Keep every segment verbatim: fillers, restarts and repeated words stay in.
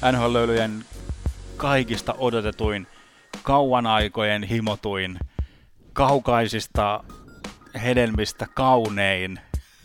N H L-löylyjen kaikista odotetuin, kauan aikojen himotuin, kaukaisista hedelmistä kaunein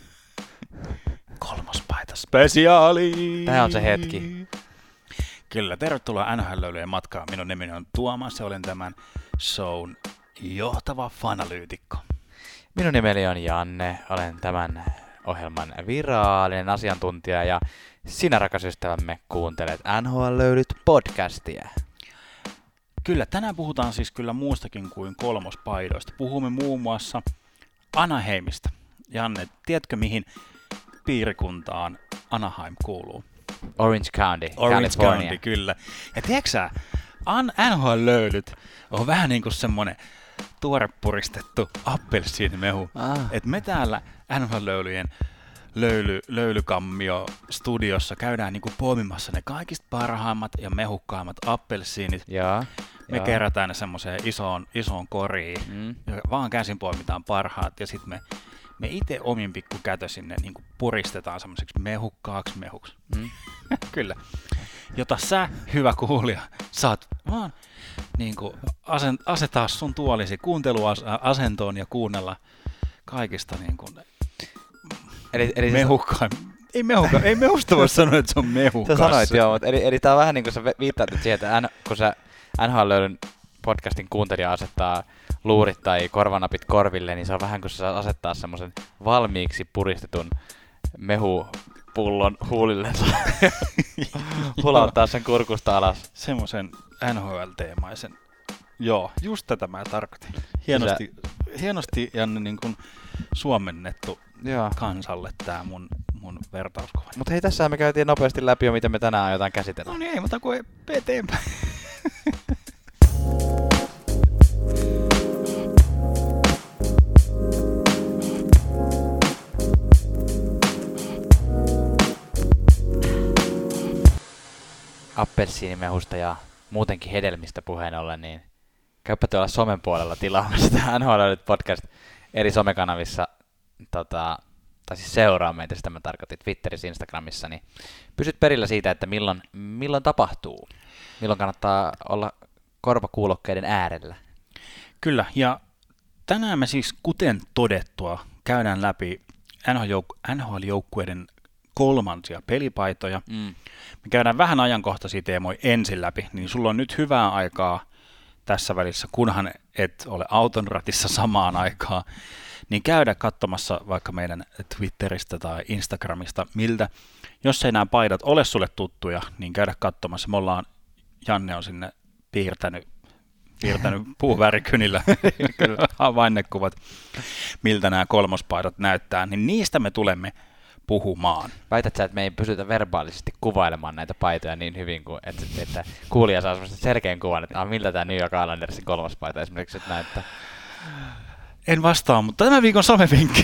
kolmospaita spesiaali. Tämä on se hetki. Kyllä, tervetuloa N H L-löylyjen matkaan. Minun nimeni on Tuomas ja olen tämän shown johtava fanalyytikko. Minun nimeni on Janne, olen tämän ohjelman virallinen asiantuntija ja sinä, rakas ystävämme, kuuntelet N H L-löylyt podcastia. Kyllä, tänään puhutaan siis kyllä muustakin kuin kolmospaidoista. Puhumme muun muassa Anaheimista. Janne, tiedätkö mihin piirikuntaan Anaheim kuuluu? Orange County, Orange California. County, kyllä. Ja tiedätkö sä, N H L-löylyt on vähän niin kuin semmonen tuorepuristettu appelsiinimehu. Ah. Et me täällä N H L-löylyjen löyly, löylykammio studiossa käydään niinku poimimassa ne kaikista parhaimmat ja mehukkaimmat appelsiinit. Joo. Me joo. kerätään ne semmoiseen isoon, isoon koriin, Mm. ja vaan käsin poimitaan parhaat, ja sitten me, me itse omin pikku kätö sinne niinku puristetaan semmoiseksi mehukkaaksi mehuksi. Mm. Kyllä. Jota sä, hyvä kuulija, saat vaan niinku asen, asettaa sun tuolisi kuunteluasentoon ja kuunnella kaikista niinku Eli, eli mehukkaan. Ei mehukka, ei mehusta voi sanoa, että se on sä mehukas. sanoit joo, mutta eli, eli tää on vähän niin kuin sä viittaat nyt siihen, että N, kun sä N H L-löylyn podcastin kuuntelija asettaa luurit tai korvanapit korville, niin se on vähän kuin sä saat asettaa semmoisen valmiiksi puristetun mehupullon huulillensa hulauttaa sen kurkusta alas. Semmoisen N H L-teemaisen. Joo, just tätä mä tarkoitin. Hienosti, hienosti Janne niin kuin suomennettu Joo. kansalle tää mun, mun vertauskuva. Mutta hei, tässä me käytiin nopeasti läpi jo, mitä me tänään aiotaan käsitellä. No niin, ei mutta kuin eteenpäin. Appelsiinimehusta ja muutenkin hedelmistä puheen ollen, niin käypä tuolla somen puolella tilaamassa tämä N H L podcast eri somekanavissa, tota, tai siis seuraa meitä, sitä mä tarkoitin Twitterissä, Instagramissa, niin pysyt perillä siitä, että milloin, milloin tapahtuu, milloin kannattaa olla korvakuulokkeiden äärellä. Kyllä, ja tänään me siis, kuten todettua, käydään läpi N H L-joukkueiden kolmansia pelipaitoja. Mm. Me käydään vähän ajankohtaisia teemoja ensin läpi, niin sulla on nyt hyvää aikaa tässä välissä, kunhan et ole auton ratissa samaan aikaan, niin käydä katsomassa vaikka meidän Twitteristä tai Instagramista, miltä, jos ei nämä paidat ole sulle tuttuja, niin käydä katsomassa. Me ollaan, Janne on sinne piirtänyt, piirtänyt puuvärikynillä havainnekuvat, miltä nämä kolmospaidat näyttää, niin niistä me tulemme puhumaan. Väität sä, että me ei pysytä verbaalisesti kuvailemaan näitä paitoja niin hyvin, kuin, että, että kuulija saa semmoisen selkeän kuvan, että ah, miltä tämä New York Islandersin kolmas paita esimerkiksi nyt näyttää. En vastaa, mutta tämän viikon somevinkki.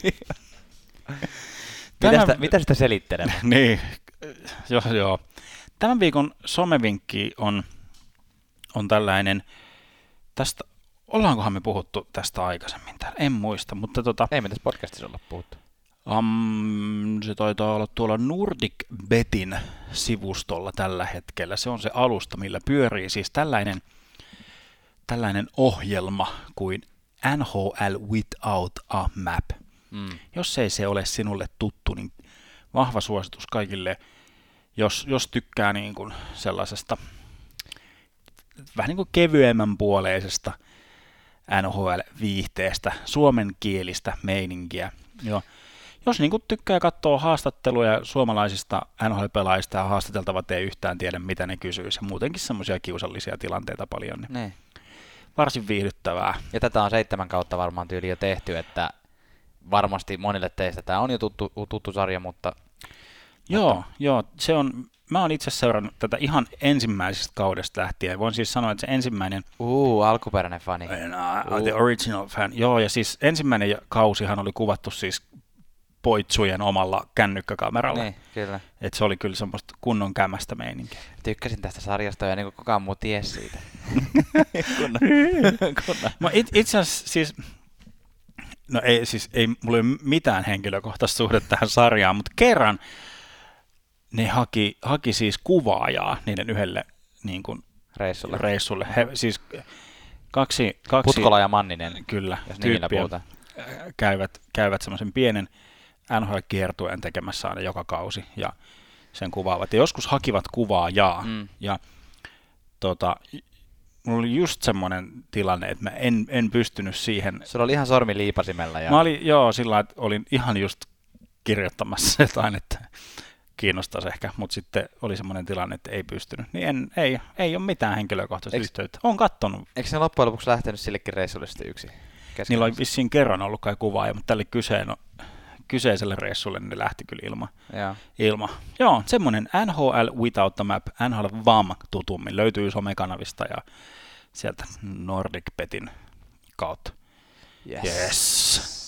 Mitä, sitä, mitä sitä selittelemään? Niin, joo, joo. Tämän viikon somevinkki on, on tällainen, tästä, ollaankohan me puhuttu tästä aikaisemmin täällä, en muista, mutta tota... Ei me tässä podcastissa olla puhuttu. Um, se taitaa olla tuolla NordicBetin sivustolla tällä hetkellä. Se on se alusta, millä pyörii siis tällainen, tällainen ohjelma kuin N H L Without a Map. Mm. Jos ei se ole sinulle tuttu, niin vahva suositus kaikille, jos, jos tykkää niin kuin sellaisesta vähän niin kuin kevyemmän puoleisesta N H L-viihteestä, suomenkielistä meininkiä. Joo. Jos niin kuin tykkää katsoa haastatteluja suomalaisista N H L-pelaajista ja haastateltavat ei yhtään tiedä, mitä ne kysyisi, ja muutenkin semmoisia kiusallisia tilanteita paljon, niin Ne. varsin viihdyttävää. Ja tätä on seitsemän kautta varmaan tyyli jo tehty, että varmasti monille teistä tämä on jo tuttu, tuttu sarja, mutta... Joo, mutta... joo, se on, mä oon itse seurannut tätä ihan ensimmäisestä kaudesta lähtien. Voin siis sanoa, että se ensimmäinen... Uu, alkuperäinen fani. Uh, the original fan. Joo, ja siis ensimmäinen kausihan oli kuvattu siis poitsujen omalla kännykkäkameralla. Niin, kyllä. Et se oli kyllä semmoista kunnon kämästä meininkiä. Tykkäsin tästä sarjasta ja niin kuin kukaan muu tiesi siitä. kunnon, kunnon. Mä it, itse asiassa siis... No ei, siis ei mulla ole mitään henkilökohtaista suhdetta tähän sarjaan, mutta kerran ne haki, haki siis kuvaajaa niiden yhdelle niin kuin reissulle. reissulle. He, siis kaksi, kaksi Putkola ja Manninen, kyllä, jos nimillä tyyppiä puhutaan. käyvät, käyvät semmoisen pienen N H L-kiertueen tekemässä aina joka kausi ja sen kuvaavat. Ja joskus hakivat kuvaajaa Mm. ja tota, mulla oli just semmoinen tilanne, että mä en, en pystynyt siihen. Sulla oli ihan sormi liipasimella. Ja... Mä olin, joo, sillä että olin ihan just kirjoittamassa jotain, että kiinnostaisi ehkä, mutta sitten oli semmoinen tilanne, että ei pystynyt. Niin en, ei, ei ole mitään henkilökohtaista Eiks, yhteyttä. Olen kattonut. Eikö ne loppujen lopuksi lähtenyt sillekin reissulle sitten yksi? Niillä oli vissiin kerran ollut kai kuvaaja, mutta tälle kyseen, no, kyseiselle reissulle ne lähti kyllä ilma. Joo. ilma. Joo, semmoinen N H L Without the Map, N H L V A M tutummin, löytyy somekanavista ja sieltä NordicBetin kautta. Yes. Yes.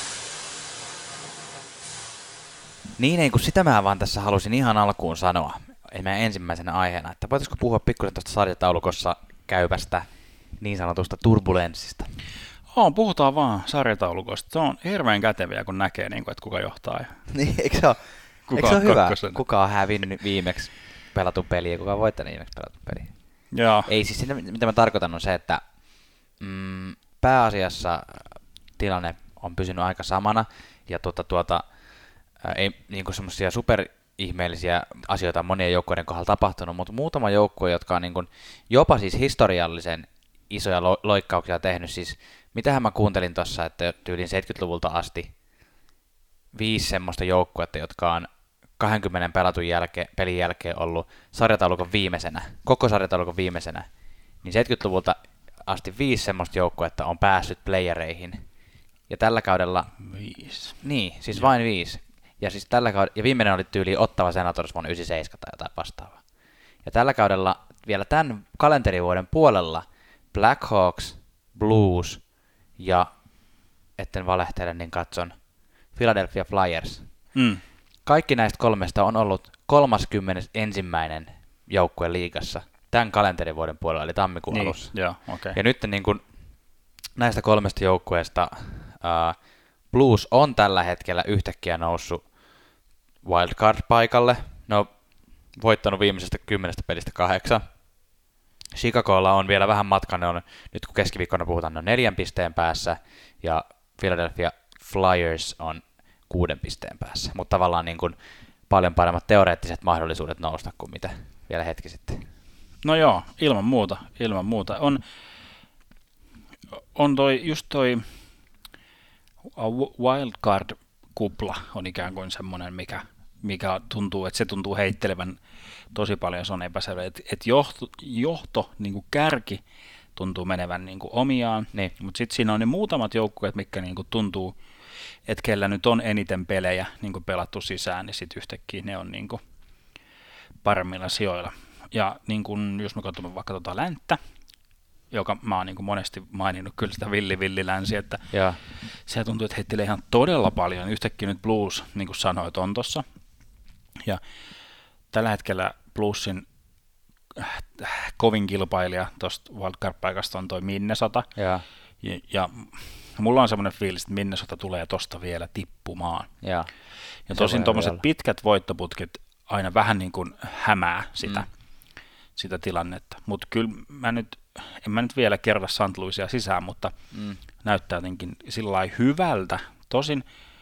Niin ei, kun sitä mä vaan tässä halusin ihan alkuun sanoa, meidän ensimmäisenä aiheena, että voitaisiko puhua pikkuisen tuosta sarjataulukossa käyvästä niin sanotusta turbulenssista. Oh, puhutaan vaan sarjataulukosta. Se on hirveän käteviä, kun näkee, niin kuin, että kuka johtaa. Ja Niin, eikö se ole, kuka eikö se ole hyvä? kakkosena. Kuka on hävinnyt viimeksi pelatun peliä ja kuka on voittanut viimeksi pelatun peliä? Joo. Ei siis sitä, mitä mä tarkoitan on se, että mm, pääasiassa tilanne on pysynyt aika samana ja tuota, tuota, ää, ei niinku semmoisia superihmeellisiä asioita on monien joukkueiden kohdalla tapahtunut, mutta muutama joukkue, jotka on niinku jopa siis historiallisen isoja lo- loikkauksia tehnyt, siis mitähän mä kuuntelin tuossa, että tyylin seitsemänkymmentäluvulta asti viisi semmoista joukkuetta, jotka on kaksikymmentä pelatun jälkeen, pelin jälkeen ollut sarjataulukon viimeisenä, koko sarjataulukon viimeisenä, niin seitsemänkymmentäluvulta asti viisi semmoista joukkuetta on päässyt playereihin. Ja tällä kaudella... Viisi. Niin, siis vain viisi. Ja, siis tällä kaudella, ja viimeinen oli tyyli Ottawa Senators vuonna yhdeksänkymmentäseitsemän tai jotain vastaavaa. Ja tällä kaudella vielä tämän kalenterivuoden puolella Blackhawks, Blues ja, etten valehtele, niin katson, Philadelphia Flyers. Mm. Kaikki näistä kolmesta on ollut kolmaskymmenesensimmäinen joukkue liigassa tämän kalenterivuoden puolella, eli tammikuun Niin, alussa. joo, okay. Ja nyt niin kun näistä kolmesta joukkueesta uh, Blues on tällä hetkellä yhtäkkiä noussut wildcard-paikalle. Ne on voittanut viimeisestä kymmenestä pelistä kahdeksan. Chicagolla on vielä vähän matkaa, ne on, nyt kun keskiviikkona puhutaan, ne on neljän pisteen päässä, ja Philadelphia Flyers on kuuden pisteen päässä. Mutta tavallaan niin kuin paljon paremmat teoreettiset mahdollisuudet nousta kuin mitä vielä hetki sitten. No joo, ilman muuta, ilman muuta. On, on toi, just toi wildcard-kupla on ikään kuin semmoinen, mikä, mikä tuntuu, että se tuntuu heittelevän tosi paljon, se on epäselvä. Että et johto, johto niin kuin kärki tuntuu menevän niin kuin omiaan, Niin. mutta sitten siinä on ne muutamat joukkueet, mitkä niin kuin tuntuu, että kellä nyt on eniten pelejä niin kuin pelattu sisään, niin sitten yhtäkkiä ne on niin kuin paremmilla sijoilla. Ja niin kuin, jos me katsomme vaikka tuota länttä, joka mä oon niin kuin monesti maininnut kyllä sitä villi-villi-länsi, että Joo. se tuntuu, että heittelee ihan todella paljon. Yhtäkkiä nyt Blues, niin kuin sanoit, on tossa. Ja tällä hetkellä Bluesin äh, kovin kilpailija tuosta wildcard-paikasta on toi Minnesota. Joo. Ja, ja mulla on semmoinen fiilis, että Minnesota tulee tosta vielä tippumaan. Joo. Ja Se tosin voi tuommoiset olla. pitkät voittoputket aina vähän niin kuin hämää sitä, Mm. sitä tilannetta. Mutta kyllä mä nyt, en mä nyt vielä kerran Saint Louisia sisään, mutta Mm. näyttää jotenkin sillä lailla hyvältä. Tosin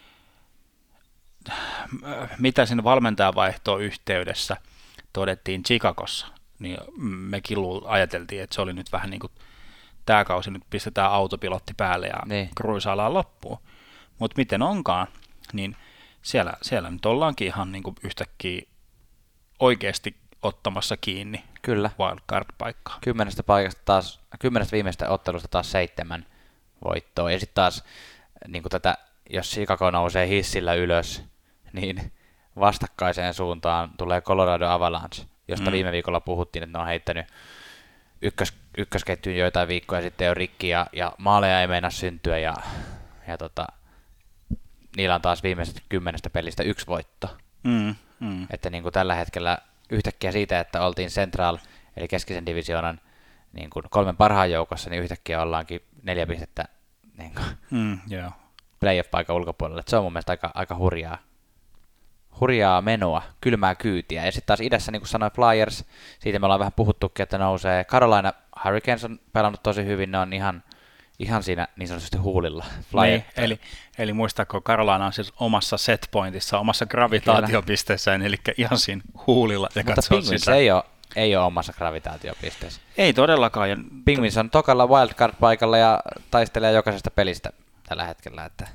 mitä siinä valmentajavaihtoon yhteydessä todettiin Chicagossa, niin mekin luul- ajateltiin, että se oli nyt vähän niin kuin tämä kausi, nyt pistetään autopilotti päälle ja Niin. kruisaillaan loppuun. Mutta miten onkaan, niin siellä, siellä nyt ollaankin ihan niin kuin yhtäkkiä oikeasti ottamassa kiinni Kyllä. wildcard-paikkaa. Kymmenestä paikasta taas, kymmenestä viimeistä ottelusta taas seitsemän voittoa. Ja sitten taas, niin kuin tätä, jos Chicago nousee hissillä ylös, niin vastakkaiseen suuntaan tulee Colorado Avalanche, josta Mm. viime viikolla puhuttiin, että ne on heittänyt ykkös, ykkösketjuun joitain viikkoja sitten jo rikki, ja, ja maaleja ei meinaa syntyä, ja, ja tota, niillä on taas viimeisestä kymmenestä pelistä yksi voitto. Mm, mm. Että niin kuin tällä hetkellä yhtäkkiä siitä, että oltiin Central, eli keskisen divisioonan niin kuin kolmen parhaan joukossa, niin yhtäkkiä ollaankin neljä pistettä niin kuin Mm, joo. playoff-paikan ulkopuolella. Että se on mun mielestä aika, aika hurjaa, hurjaa menoa, kylmää kyytiä. Ja sitten taas idässä, niin kuin sanoi Flyers, siitä me ollaan vähän puhuttukin, että nousee. Carolina Hurricanes on pelannut tosi hyvin, ne on ihan, ihan siinä niin sanotusti huulilla. Niin, eli, eli muistaako, Carolina on siis omassa setpointissa, omassa gravitaatiopisteessään, eli ihan siinä huulilla. Ja mutta Penguins ei ole, ei ole omassa gravitaatiopisteessä. Ei todellakaan. Ja Penguins on tokalla wildcard-paikalla ja taistelee jokaisesta pelistä tällä hetkellä. Että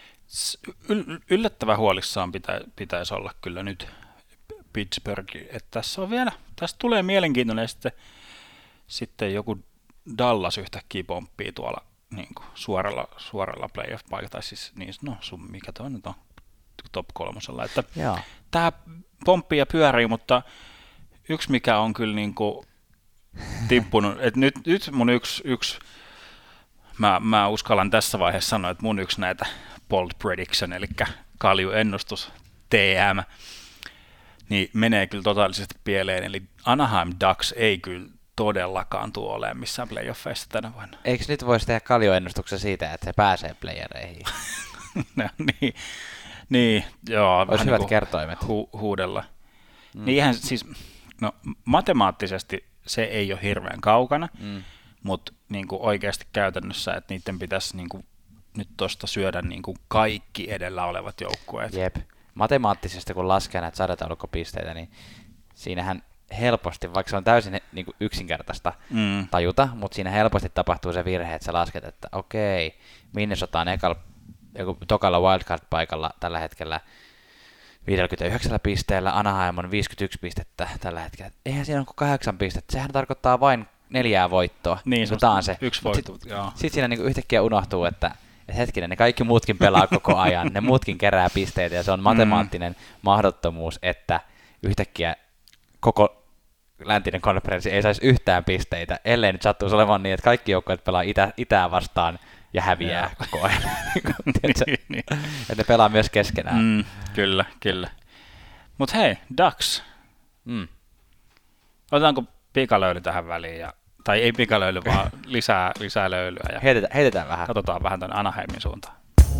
Yl- yllättävän huolissaan pitä, pitäisi olla kyllä nyt Pittsburgh, että tässä on vielä, tästä tulee mielenkiintoinen, ja sitten, sitten joku Dallas yhtäkkiä pomppii tuolla niin kuin suoralla, suoralla playoff-paikalla, tai siis niin, no sun, mikä toi nyt on top kolmosella, että tämä pomppii ja pyörii, mutta yksi mikä on kyllä niin kuin tippunut, että nyt, nyt mun yksi, yksi mä, mä uskallan tässä vaiheessa sanoa, että mun yksi näitä bold prediction, eli kaljuennustus T M, niin menee kyllä totaalisesti pieleen, eli Anaheim Ducks ei kyllä todellakaan tule olemaan missään playoffeissa tänä vuonna. Eikö nyt voisi tehdä kaljuennustuksen siitä, että se pääsee playereihin? No, niin, niin, joo. Olisi hyvät niin kertoimet. Hu- huudella. Mm. Niin ihan siis, no matemaattisesti se ei ole hirveän kaukana, mm. mutta niin kuin oikeasti käytännössä, että niiden pitäisi niin kuin nyt tuosta syödä niin kuin kaikki edellä olevat joukkueet. Jep. Matemaattisesti kun laskee näitä sarjataulukkopisteitä, niin siinähän helposti, vaikka se on täysin niin kuin yksinkertaista mm. tajuta, mutta siinä helposti tapahtuu se virhe, että sä lasket, että okei, Minnesota on ekalla, tokalla wildcard-paikalla tällä hetkellä viisikymmentäyhdeksän pisteellä, Anaheim on viisikymmentäyksi pistettä tällä hetkellä. Eihän siinä ole kuin kahdeksan pistettä, sehän tarkoittaa vain neljää voittoa. Niin, niin on se. Yksi voitto, Sitten sit siinä niin yhtäkkiä unohtuu, että et hetkinen, ne kaikki muutkin pelaa koko ajan, ne muutkin kerää pisteitä, ja se on matemaattinen mm. mahdottomuus, että yhtäkkiä koko läntinen konferenssi ei saisi yhtään pisteitä, ellei nyt sattuisi olemaan niin, että kaikki joukkueet pelaa itä, itää vastaan ja häviää ja koko ajan. niin, niin. Että ne pelaa myös keskenään. Mm, kyllä, kyllä. Mutta hei, Ducks. Mm. Otetaanko pikalöyly tähän väliin? Ja, tai ei pikalöyly, vaan lisää, lisää löylyä. Ja heitetään, heitetään vähän. Katsotaan vähän tuonne Anaheimin suuntaan.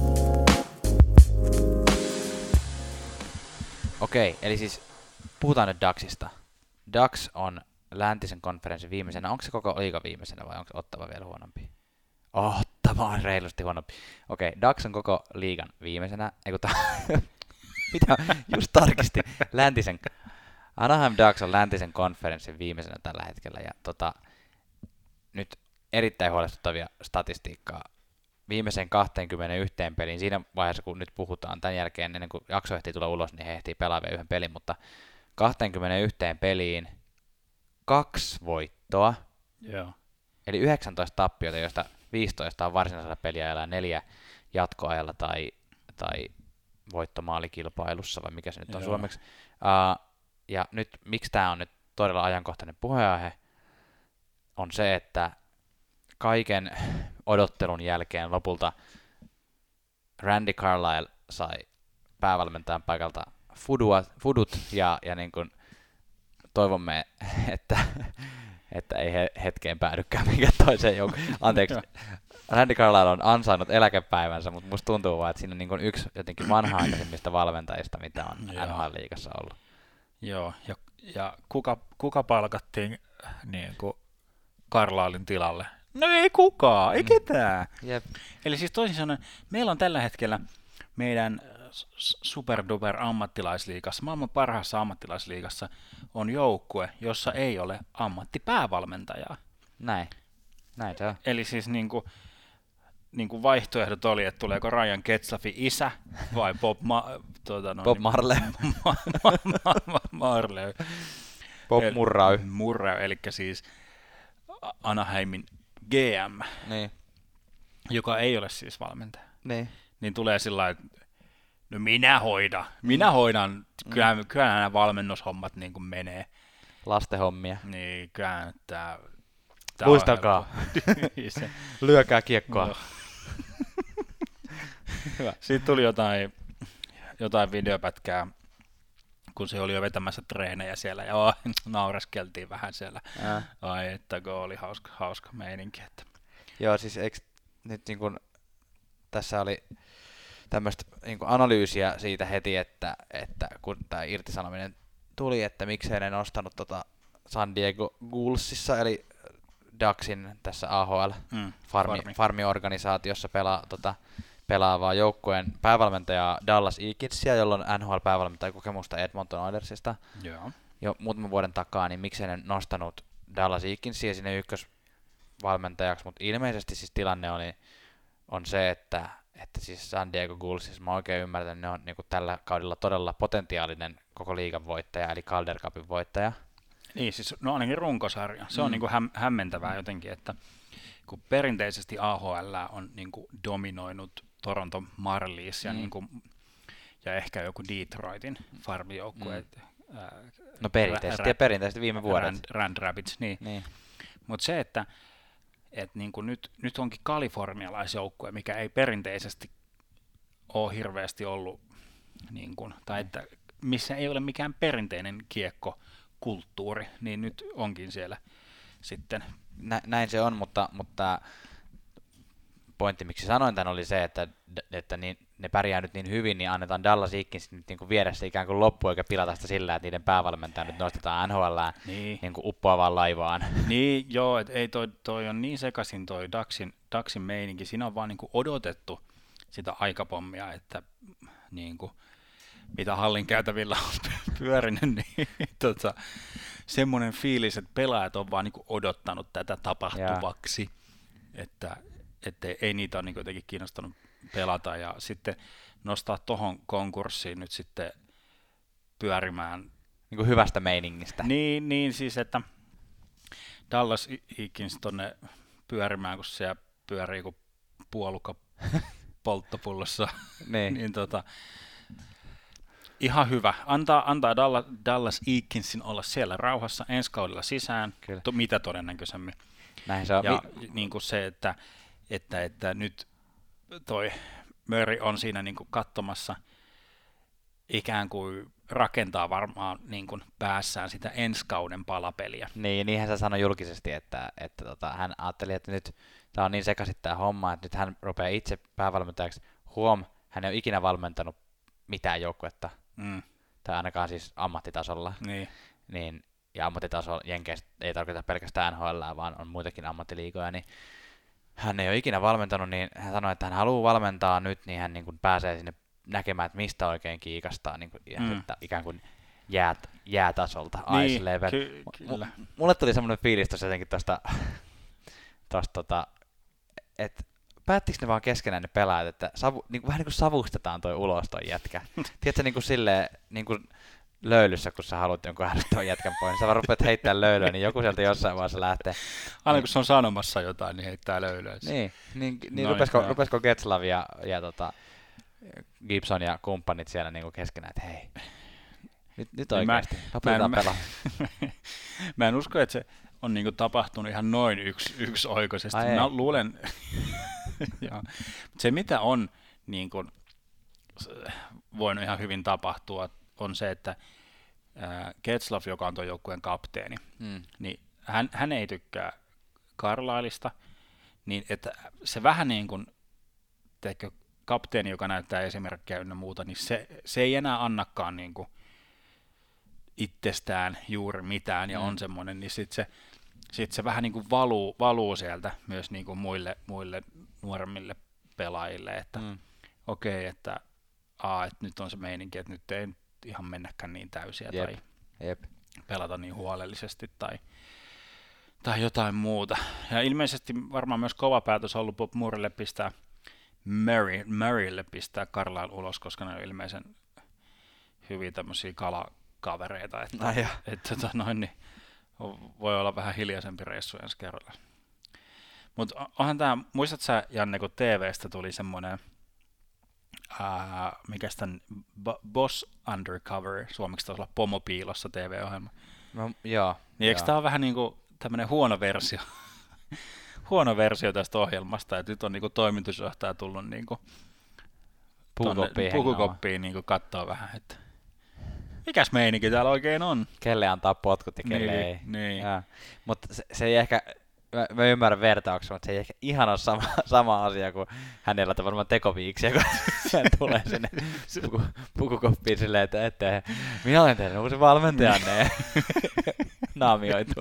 Okei, eli siis puhutaan nyt Ducksista. Ducks on läntisen konferenssin viimeisenä. Onko se koko liiga viimeisenä vai onko Ottava vielä huonompi? Ottava on reilusti huonompi. Okei, Ducks on koko liigan viimeisenä. Eiku ta- Mitä? Just tarkisti. Läntisen. Anaheim Ducks on läntisen konferenssin viimeisenä tällä hetkellä. Ja tota, nyt erittäin huolestuttavia statistiikkaa. Viimeiseen kaksikymmentäyksi peliin, siinä vaiheessa kun nyt puhutaan, tämän jälkeen ennen kuin jakso ehtii tulla ulos, niin he ehtii pelaa vielä yhden pelin, mutta kaksikymmentäyksi peliin kaksi voittoa, Joo. eli yhdeksäntoista tappiota, joista viisitoista on varsinaisella peliajalla ja neljä jatkoajalla tai, tai voittomaalikilpailussa, vai mikä se nyt on Joo. suomeksi. Uh, ja nyt, miksi tämä on nyt todella ajankohtainen puheenaihe, on se, että kaiken odottelun jälkeen lopulta Randy Carlyle sai päävalmentajan paikalta fudua, fudut ja, ja niin kuin toivomme, että, että ei he hetkeen päädykään mikä toiseen joukkoon. Anteeksi, Randy Carlyle on ansainnut eläkepäivänsä, mutta musta tuntuu vaan, että siinä on niin kuin yksi jotenkin vanha-aikaisimmista valmentajista, mitä on N H L-liigassa ollut. Joo, ja, ja kuka, kuka palkattiin niin kuin Carlylen tilalle? No ei kukaan, ei ketään. Jep. Eli siis toisin sanoen, meillä on tällä hetkellä meidän superduper ammattilaisliigassa, maailman parhaassa ammattilaisliigassa on joukkue, jossa ei ole ammattipäävalmentajaa. Näin, näin se on. Eli siis niin kuin, niin kuin vaihtoehdot oli, että tuleeko Ryan Getzlaffin isä vai Bob, Ma- tuota, no, Bob Marley. Ma- Ma- Ma- Marley. Bob Murray. Murray, eli siis Anaheimin G M, niin. joka ei ole siis valmentaja. Niin. Niin tulee sillä lailla, että no minä hoidan, minä hoidan, kyllähän, kyllähän nämä valmennushommat niin kuin menee. Lastenhommia. Niin, kyllähän tämä... Muistakaa, lyökää kiekkoa. No. Hyvä. Sitten tuli jotain, jotain videopätkää, kun se oli jo vetämässä treenejä siellä, ja oh, naureskeltiin vähän siellä. Ää. Ai, että kun oli hauska, hauska meininki. Että. Joo, siis eikö nyt niin kuin, tässä oli tämmöistä niin kuin analyysiä siitä heti, että, että kun tämä irtisanominen tuli, että miksei ne nostanut tota San Diego Ghoulsissa, eli Ducksin tässä A H L mm, farmi, farmi. farmi-organisaatiossa pelaa, tota, pelaavaa joukkueen päävalmentajaa Dallas Eakinsia, jolla on N H L-päävalmentajan kokemusta Edmonton Oilersista Joo. jo muutaman vuoden takaa, niin miksei ne nostanut Dallas Eakinsia sinne ykkösvalmentajaksi, mutta ilmeisesti siis tilanne oli, on se, että, että siis San Diego Gulls, siis mä oikein ymmärrän, ne on niin kuin tällä kaudella todella potentiaalinen koko liigan voittaja, eli Calder Cupin voittaja. Niin, siis no ainakin runkosarja. Se Mm. on niin kuin häm, hämmentävää jotenkin, että kun perinteisesti A H L on niin kuin dominoinut Toronto Marlies ja, Mm. niin kuin, ja ehkä joku Detroitin farmijoukkue. Mm. No perinteisesti ja perinteisesti viime vuodet. Rand, Rand Rapids, niin. niin. Mutta se, että et niin kuin nyt, nyt onkin kalifornialaisjoukkue, mikä ei perinteisesti ole hirveästi ollut, niin kuin, tai että missä ei ole mikään perinteinen kiekkokulttuuri, niin nyt onkin siellä sitten. Nä, näin se on, mutta, mutta pointti, miksi sanoin tämän, oli se, että, että niin, ne pärjää nyt niin hyvin, niin annetaan Dallas Eakins nyt niin kuin viedä se ikään kuin loppu, eikä pilata sitä sillä, että niiden päävalmentaja nyt nostetaan N H L:ään Niin, niin kuin uppoavaan laivaan. niin joo, että ei toi, toi on niin sekaisin toi Ducksin, Ducksin meininki, siinä on vaan niin kuin odotettu sitä aikapommia, että niin kuin, mitä hallin käytävillä on pyörinyt, niin tota, semmoinen fiilis, että pelaajat on vaan niin kuin odottanut tätä tapahtuvaksi, että että ei niitä ole niin jotenkin kiinnostanut pelata ja sitten nostaa tuohon konkurssiin nyt sitten pyörimään. Niin kuin hyvästä meiningistä. Niin, niin siis, että Dallas Eakins tonne pyörimään, kun siellä pyörii kuin puolukka polttopullossa, niin. niin tota, ihan hyvä. Antaa, antaa Dallas, Dallas Eakinsin olla siellä rauhassa ensi kaudella sisään, to, mitä todennäköisemmin. Näin se on. Ja Mi- niin kuin se, että Että, että nyt toi Murray on siinä niin kuin katsomassa ikään kuin rakentaa varmaan niin kuin päässään sitä ensi kauden palapeliä. Niin, niinhän se sanoi julkisesti, että, että tota, hän ajatteli, että nyt tämä on niin sekaisin tämä homma, että nyt hän rupeaa itse päävalmentajaksi. Huom, hän ei ole ikinä valmentanut mitään joukkuetta, Mm. tai ainakaan siis ammattitasolla. Niin. Niin, ja ammattitaso Jenkeistä ei tarkoita pelkästään N H L, vaan on muitakin ammattiliigoja, niin hän ei ole ikinä valmentanut, niin hän sanoi, että hän haluaa valmentaa nyt, niin hän niin kuin pääsee sinne näkemään, että mistä oikein kiikastaa niin kuin, mm. että ikään kuin jäät, jäätasolta, niin, ice level. ky- kyllä. M- mulle tuli semmoinen fiilis tuossa jotenkin tuosta, tota, että päättikö ne vaan keskenään ne pelaajat, että savu, niin kuin, vähän niin kuin savustetaan toi ulos toi jätkä. Tiedätkö, niin kuin silleen, niin kuin löylyssä, kun sä haluat jonkun ärsyttävän jätkän pois, niin sä vaan rupeat heittämään löylyä, niin joku sieltä jossain vaiheessa lähtee. Aina kun se on sanomassa jotain, niin heittää löylyä. Niin, niin, niin Noin, rupesko, joo. rupesko Getzlav ja, ja tota, Gibson ja kumppanit siellä niinku keskenään, että hei, nyt, nyt oikeasti, Mä, lopetetaan mä, pelaa. mä en usko, että se on niinku tapahtunut ihan noin yksi, yksi oikoisesti. Ai Mä ei. luulen, ja, se mitä on niin kuin, voinut ihan hyvin tapahtua, on se, että ää, Getzlav, joka on tuon joukkueen kapteeni, Hmm. niin hän, hän ei tykkää Carlisleista, niin että se vähän niin kuin, teikö, kapteeni, joka näyttää esimerkkejä ynnä muuta, niin se, se ei enää annakaan niin kuin itsestään juuri mitään, ja Mm. on semmoinen, niin sitten se, sit se vähän niin kuin valuu, valuu sieltä myös niin kuin muille, muille nuoremmille pelaajille, että Hmm. okei, okay, että, aa, että nyt on se meininki, että nyt ei nyt ihan mennäkään niin täysiä Jep. tai Jep. pelata niin huolellisesti tai, tai jotain muuta. Ja ilmeisesti varmaan myös kova päätös on ollut Bob Moorelle pistää Murray, Murraylle pistää Carlisle ulos, koska ne on ilmeisen hyviä tämmöisiä kalakavereita, että, Ai joo. että tota noin, niin voi olla vähän hiljaisempi reissu ensi kerralla. Mutta onhan tämä, muistat sä Janne, kun T V:stä tuli semmoinen, ää, mikä tämän Boss Undercover, suomeksi taisi olla Pomo piilossa T V-ohjelma. No, joo. Niin eikö joo. tämä ole vähän niin kuin tämmöinen huono versio, huono versio tästä ohjelmasta, että nyt on niin kuin toimitusjohtaja tullut niin kuin Pukukoppiin pukukoppiin niin kuin katsoa vähän, että mikäs meininki täällä oikein on. Kelle antaa potkut ja kelle Niin, ei. niin. Mutta se, se ei ehkä, mä, mä ymmärrän vertauksen, mutta se ei ehkä ihan ole sama, sama asia kuin hänellä on varmaan tekoviiksiä, kun hän tulee sinne puku, pukukoppiin silleen, että ette, minä olen teidän uusi valmentajanne. Naamioitua.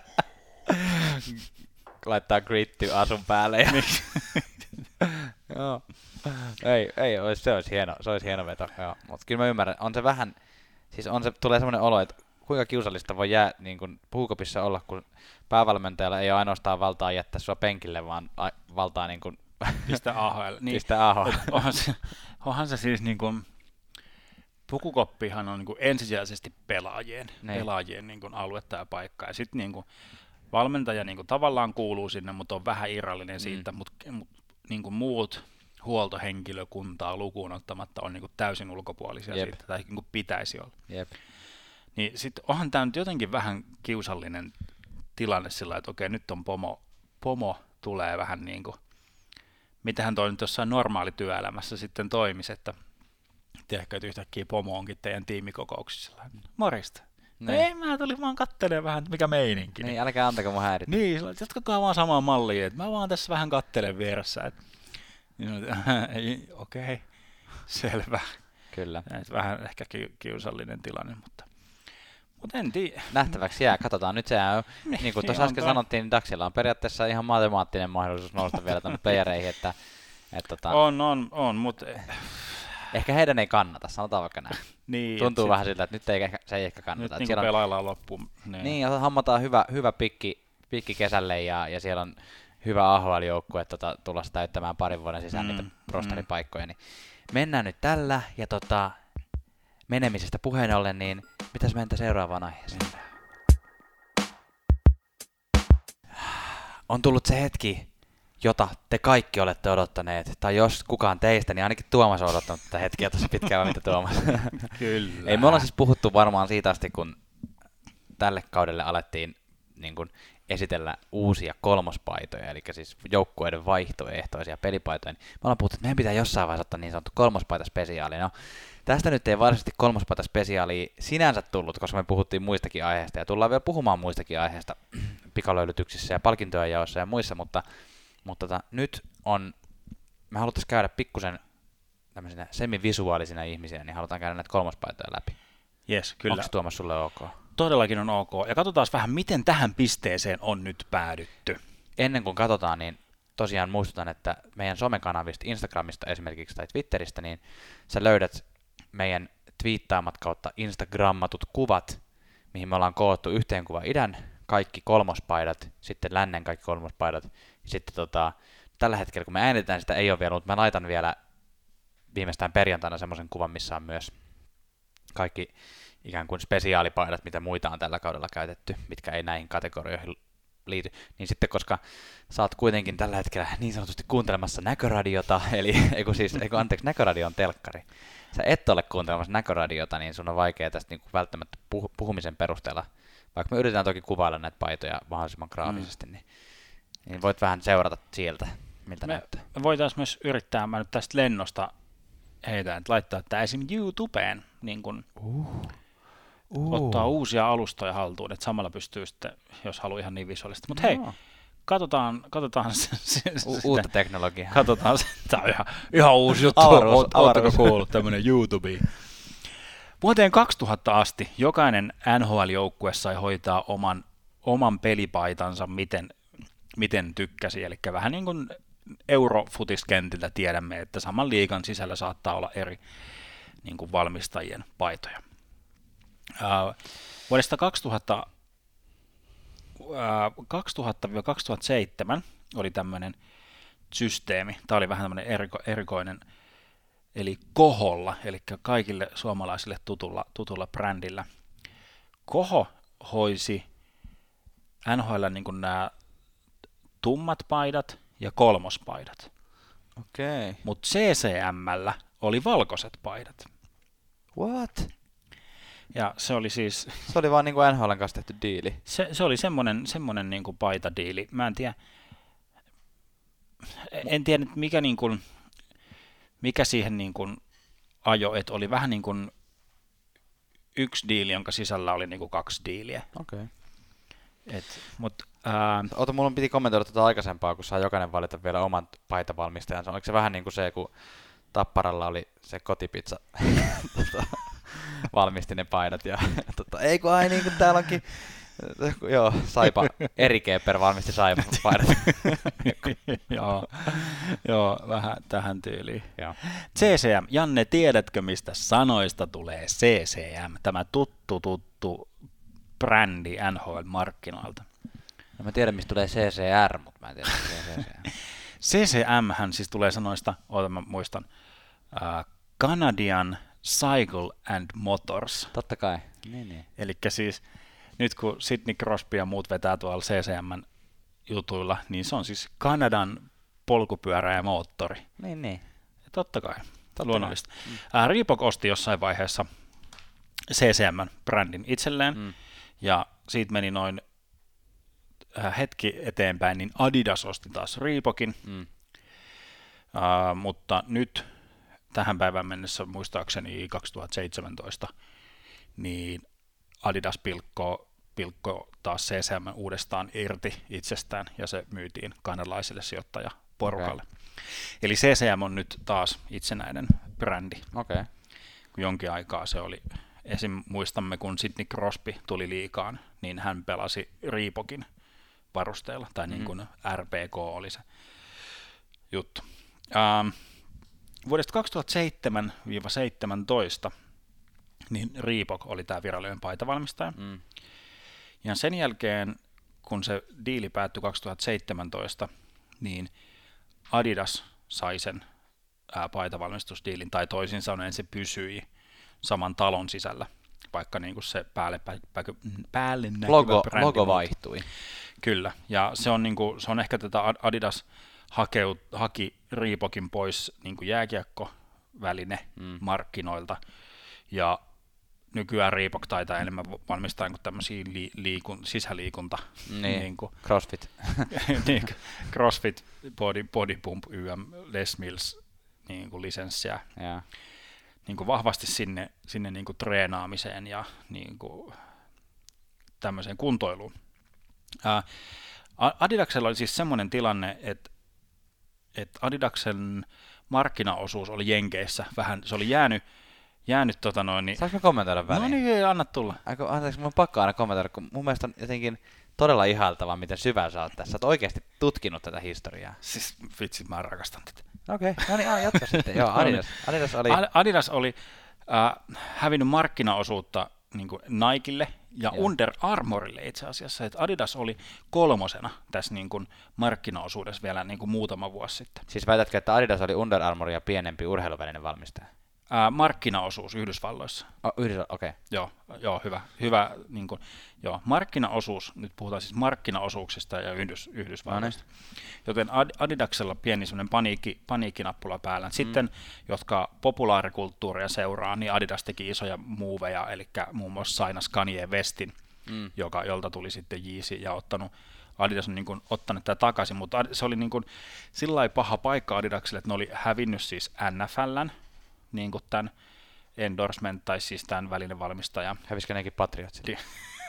Laittaa gritty asun päälle. Ja joo. Ei, ei, se olisi hieno, se olisi hieno veto. Mutta kyllä mä ymmärrän, on se vähän, siis on se, tulee semmoinen olo, että kuinka kiusallista voi jää niin kuin puukopissa olla, kun päävalmentajalla ei ole ainoastaan valtaa jättää sua penkille, vaan a, valtaa niin kuin pistä A H L. Niin, pistä A H L. Onhan se, onhan se siis niin kuin, pukukoppihan on niin kuin ensisijaisesti pelaajien, niin. pelaajien niin kuin aluetta ja paikkaa. Ja sitten niin kuin valmentaja niin kuin tavallaan kuuluu sinne, mutta on vähän irrallinen siitä, mm. mutta mut, niin kuin muut huoltohenkilökuntaa lukuun ottamatta on niin kuin täysin ulkopuolisia Jep. siitä, tai niin kuin pitäisi olla. Jep. Niin sitten onhan tämä nyt jotenkin vähän kiusallinen tilanne sillä, että okei, nyt on pomo, pomo tulee vähän niin kuin, mitähän toi nyt jossain normaalityöelämässä sitten toimisi, että tiedätkö, että yhtäkkiä pomo onkin teidän tiimikokouksissa. Morista. No ei, mä tulin vaan kattelemaan vähän, mikä meininki. Niin, älkää antako mun häiritä. Niin, jatkakaa vaan samaa mallia, että mä vaan tässä vähän kattelen vieressä. Että, niin, okei, okay, selvä. Kyllä. Vähän ehkä kiusallinen tilanne, mutta, mutta en tiedä. Nähtäväksi jää, katsotaan. Nyt sehän on, niin, niin kuin tuossa äsken toi. sanottiin, niin Daxilla on periaatteessa ihan matemaattinen mahdollisuus nousta vielä tänne playereihin. Että, että, tota, on, on, on, mutta ehkä heidän ei kannata, sanotaan vaikka näin. Niin, tuntuu vähän siltä, että nyt ei, se ei ehkä kannata. Nyt niin pelaillaan loppuun. Niin, niin hammataan hyvä, hyvä pikki, pikki kesälle ja, ja siellä on hyvä A H L-joukkue tota, tulossa täyttämään parin vuoden sisään mm, niitä rostaripaikkoja. Niin mennään nyt tällä ja tota, menemisestä puheen ollen, niin mitäs me entä seuraavaan aiheeseen? On tullut se hetki, jota te kaikki olette odottaneet, tai jos kukaan teistä, niin ainakin Tuomas on odottanut tätä hetkiä tosi pitkään, mitä Tuomas. Kyllä. Ei, me ollaan siis puhuttu varmaan siitä asti, kun tälle kaudelle alettiin niin kun esitellä uusia kolmospaitoja, eli siis joukkueiden vaihtoehtoisia pelipaitoja. Niin me ollaan puhuttu, että meidän pitää jossain vaiheessa ottaa niin sanottu kolmospaitaspesiaali. No, tästä nyt ei varsinaisesti kolmospaitaspesiaalia sinänsä tullut, koska me puhuttiin muistakin aiheista, ja tullaan vielä puhumaan muistakin aiheista pikalöylytyksissä ja palkintojen jaossa ja muissa, mutta Mutta tota, nyt on, me haluttaisiin käydä pikkusen tämmöisenä semivisuaalisina ihmisinä, niin halutaan käydä näitä kolmospaitoja läpi. Jes, kyllä. Onko Tuomas sulle ok? Todellakin on ok. Ja katsotaan vähän, miten tähän pisteeseen on nyt päädytty. Ennen kuin katsotaan, niin tosiaan muistutan, että meidän somekanavista, Instagramista esimerkiksi tai Twitteristä, niin sä löydät meidän twiittaamat kautta Instagrammatut kuvat, mihin me ollaan koottu yhteenkuva idän kaikki kolmospaidat, sitten lännen kaikki kolmospaidat. Sitten tota, tällä hetkellä, kun me äänitetään sitä, ei ole vielä, mutta mä laitan vielä viimeistään perjantaina semmoisen kuvan, missä on myös kaikki ikään kuin spesiaalipaidat, mitä muita on tällä kaudella käytetty, mitkä ei näihin kategorioihin liity. Niin sitten, koska sä oot kuitenkin tällä hetkellä niin sanotusti kuuntelemassa Näköradiota, eli eiku siis, eiku, anteeksi, Näköradio on telkkari. Sä et ole kuuntelemassa Näköradiota, niin sun on vaikea tästä niin kuin välttämättä puh- puhumisen perusteella, vaikka me yritetään toki kuvailla näitä paitoja mahdollisimman graafisesti, mm. niin niin voit vähän seurata sieltä, miltä me, näyttää. Me voitaisiin myös yrittää, mä nyt tästä lennosta heitän, että laittaa tämä esim. YouTubeen, niin kun uh. Uh. ottaa uusia alustoja haltuun, että samalla pystyy sitten, jos haluaa ihan niin visuaalisesti. Mutta hei, no. katsotaan, katsotaan se, se, U- uutta teknologiaa. Katsotaan se, tämä on ihan, ihan uusi juttu. Avaruus, Oletteko kuullut tämmöinen YouTube? Vuoteen kaksituhatta asti jokainen N H L-joukkue sai hoitaa oman, oman pelipaitansa, miten miten tykkäsi, eli vähän niin kuin Eurofutiskentiltä tiedämme, että saman liigan sisällä saattaa olla eri niin kuin valmistajien paitoja. Uh, vuodesta kaksituhatta, uh, kaksituhatta kaksituhattaseitsemän oli tämmöinen systeemi, tämä oli vähän tämmöinen eriko, erikoinen, eli Koholla, eli kaikille suomalaisille tutulla, tutulla brändillä. Koho hoisi N H L niin kuin nämä tummat paidat ja kolmospaidat. Okei. Okay. Mutta C C M:llä oli valkoiset paidat. What? Ja se oli siis... Se oli vaan niin kuin N H L:n kanssa tehty diili. Se, se oli semmoinen, semmoinen niin kuin paitadiili. Mä en tiedä, en tiedä mikä, niin kuin, mikä siihen niin kuin ajo, että oli vähän niin kuin yksi diili, jonka sisällä oli niin kuin kaksi diiliä. Okei. Okay. Mutta Ää, Ota, mulla piti kommentoida tuota aikaisempaa, kun saa jokainen valita vielä oman paitavalmistajansa. Oliko se vähän niin kuin se, kun Tapparalla oli se kotipizza, tota, valmisti ne paidat. Ja, tota, ei kun ai niin kuin täällä onkin, joo, Saipa, Eri Keeper valmisti Saipa paidat. joo, joo, vähän tähän tyyliin. Joo. C C M, Janne, tiedätkö mistä sanoista tulee C C M, tämä tuttu tuttu brändi N H L-markkinoilta? No mä tiedän, mistä tulee C C R, mutta mä en tiedä, mistä tulee C C M. C C M hän siis tulee sanoista, oota mä muistan, uh, Canadian Cycle and Motors. Totta kai. Niin, niin. Elikkä siis nyt kun Sidney Crosby ja muut vetää tuolla C C M:n jutuilla, niin se on siis Kanadan polkupyörä ja moottori. Niin, niin. Ja totta kai, Totta luonnollista. Mm. Uh, Reebok osti jossain vaiheessa C C M:n brändin itselleen, mm. ja siitä meni noin uh, hetki eteenpäin, niin Adidas osti taas Reebokin, mm. uh, mutta nyt tähän päivään mennessä, muistaakseni kaksituhattaseitsemäntoista, niin Adidas pilkkoo, pilkkoo taas C C M uudestaan irti itsestään, ja se myytiin kanadalaiselle sijoittajaporukalle. Okay. Eli C C M on nyt taas itsenäinen brändi. Okay. Kun jonkin aikaa se oli, esim. Muistamme, kun Sidney Crosby tuli liigaan, niin hän pelasi Reebokin varusteella, tai mm-hmm. niin kuin R P K oli se juttu. Ähm, vuodesta kaksituhattaseitsemän seitsemäntoista niin Reebok oli tämä virallinen paitavalmistaja. Mm. Ja sen jälkeen, kun se diili päättyi kaksituhattaseitsemäntoista, niin Adidas sai sen ää, paitavalmistusdiilin, tai toisin sanoen se pysyi saman talon sisällä, vaikka niin kuin se päälle, pä, pä, päälle näkyvä logo, brändi. Logo vaihtui. Kyllä, ja se on, niin kuin, se on ehkä tätä Adidas hakeut, haki Reebokin pois niin kuin jääkiekkoväline mm. markkinoilta, ja nykyään Reebok taitaa enemmän valmistaa kuin tämmöisiä li, liikun, sisäliikunta. Niin, niin kuin, CrossFit. niin, CrossFit, body, body Pump, Y M, Les Mills niin kuin lisenssiä. Yeah. Niin kuin vahvasti sinne, sinne niin kuin treenaamiseen ja niin kuin tämmöiseen kuntoiluun. Ää, Adidaksella oli siis semmoinen tilanne, että, että Adidaksen markkinaosuus oli Jenkeissä vähän, se oli jäänyt Jäänyt tota noin, niin... Saanko mä kommentoida väliin? No niin, anna tulla. Aiko, anteeksi, mun on pakko aina kommentoida, kun mun mielestä on jotenkin todella ihailtavaa, miten syvä sä oot tässä. Sä oot oikeasti tutkinut tätä historiaa. Siis vitsi, mä rakastan tätä. Okei, okay. No niin, aina jatka sitten. Joo, Adidas. Adidas oli, Adidas oli äh, hävinnyt markkinaosuutta niin kuin Nikelle ja Joo. Under Armourille itse asiassa. Että Adidas oli kolmosena tässä niin kuin markkinaosuudessa vielä niin kuin muutama vuosi sitten. Siis väitätkö, että Adidas oli Under Armouria pienempi urheiluvälinen valmistaja? Ää, markkinaosuus Yhdysvalloissa. Oh, Yhdysvalloissa, okei. Okay. Joo, joo, hyvä. hyvä niin kuin, joo, markkinaosuus, nyt puhutaan siis markkinaosuuksista ja Yhdys, Yhdysvalloista. No niin. Joten Adidaksella pieni semmoinen paniikki, paniikkinappula päällä. Sitten, mm. jotka populaarikulttuuria seuraa, niin Adidas teki isoja muuveja, eli muun muassa sainas Kanye Westin, mm. joka, jolta tuli sitten Yeezy ja ottanut Adidas on niin kuin ottanut tätä takaisin, mutta se oli niin kuin sillai paha paikka Adidakselle, että ne oli hävinnyt siis N F L:n, niin kuin tämän endorsement, tai siis tämän välinen valmistaja. Hävisikö nekin Patriotsille?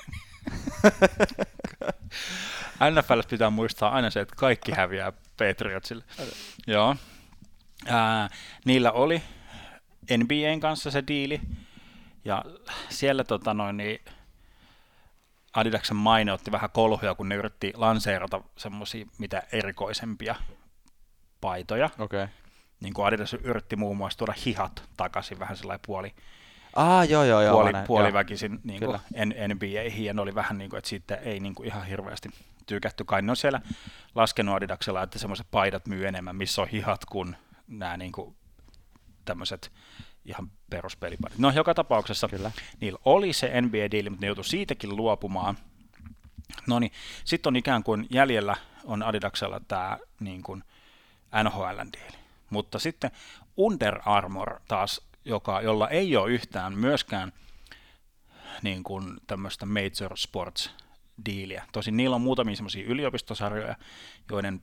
N F L pitää muistaa aina se, että kaikki häviää Patriotsille. Joo. Ää, niillä oli N B A:n kanssa se diili, ja siellä tota noin, niin Adidaksen maine otti vähän kolhuja, kun ne yritti lanseerata semmoisia mitä erikoisempia paitoja. Okei. Okay. Niin kuin Adidas yritti muun muassa tuoda hihat takaisin vähän sellainen puoli, ah, joo, joo, joo, puoli, näin, puoliväkisin niin kuin N B A:ihin, ja ne oli vähän niin kuin, että siitä ei niin kuin ihan hirveästi tykätty. Kai ne on siellä laskenut Adidaksella, että semmoiset paidat myy enemmän, missä on hihat kuin nämä niin kuin tämmöiset ihan peruspelipaidot. No joka tapauksessa Kyllä. niillä oli se N B A-diili, mutta ne joutui siitäkin luopumaan. No niin, sitten on ikään kuin jäljellä on Adidaksella tämä niin kuin N H L-diili. Mutta sitten Under Armour taas, joka, jolla ei ole yhtään myöskään niin kuin tämmöistä Major Sports-diiliä. Tosin niillä on muutamia semmoisia yliopistosarjoja, joiden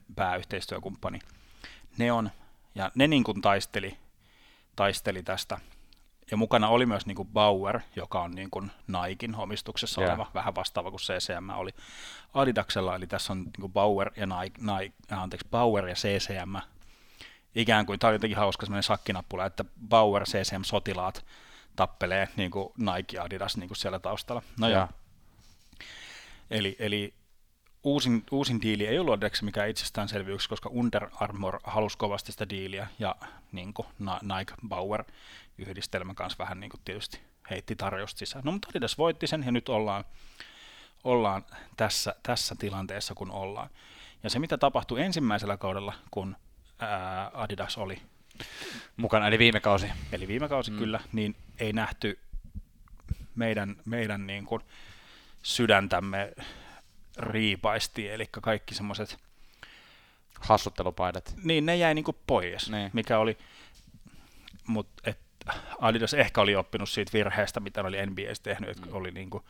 pääyhteistyökumppani ne on, ja ne niin kuin taisteli, taisteli tästä ja mukana oli myös niin kuin Bauer, joka on niin kuin Niken omistuksessa Joo. oleva, vähän vastaava kuin C C M oli Adidaksella, eli tässä on niin kuin Bauer ja Nike, Nike, anteeksi, Bauer ja C C M, ikään kuin, tämä oli jotenkin hauska semmoinen sakkinappula, että Bauer C C M-sotilaat tappelee niin kuin Nike ja Adidas niin kuin siellä taustalla. No joo. Eli, eli uusin, uusin diili ei ollut Adidaksessa mikään itsestäänselvyys, koska Under Armour halusi kovasti sitä diiliä, ja niin kuin Nike Bauer yhdistelmä kanssa vähän niin kuin tietysti heitti tarjosta sisään. No mutta Adidas voitti sen, ja nyt ollaan, ollaan tässä, tässä tilanteessa, kun ollaan. Ja se, mitä tapahtui ensimmäisellä kaudella, kun ää, Adidas oli mukana, eli viime kausi. Eli viime kausi mm. kyllä, niin ei nähty meidän, meidän niin kuin sydäntämme riipaisti, eli kaikki semmoiset hassuttelupaidat. Niin, ne jäi niin kuin pois, niin. Mikä oli, mutta Adidas ehkä oli oppinut siitä virheestä, mitä oli N B A:ssä tehnyt, että mm. oli niin kuin,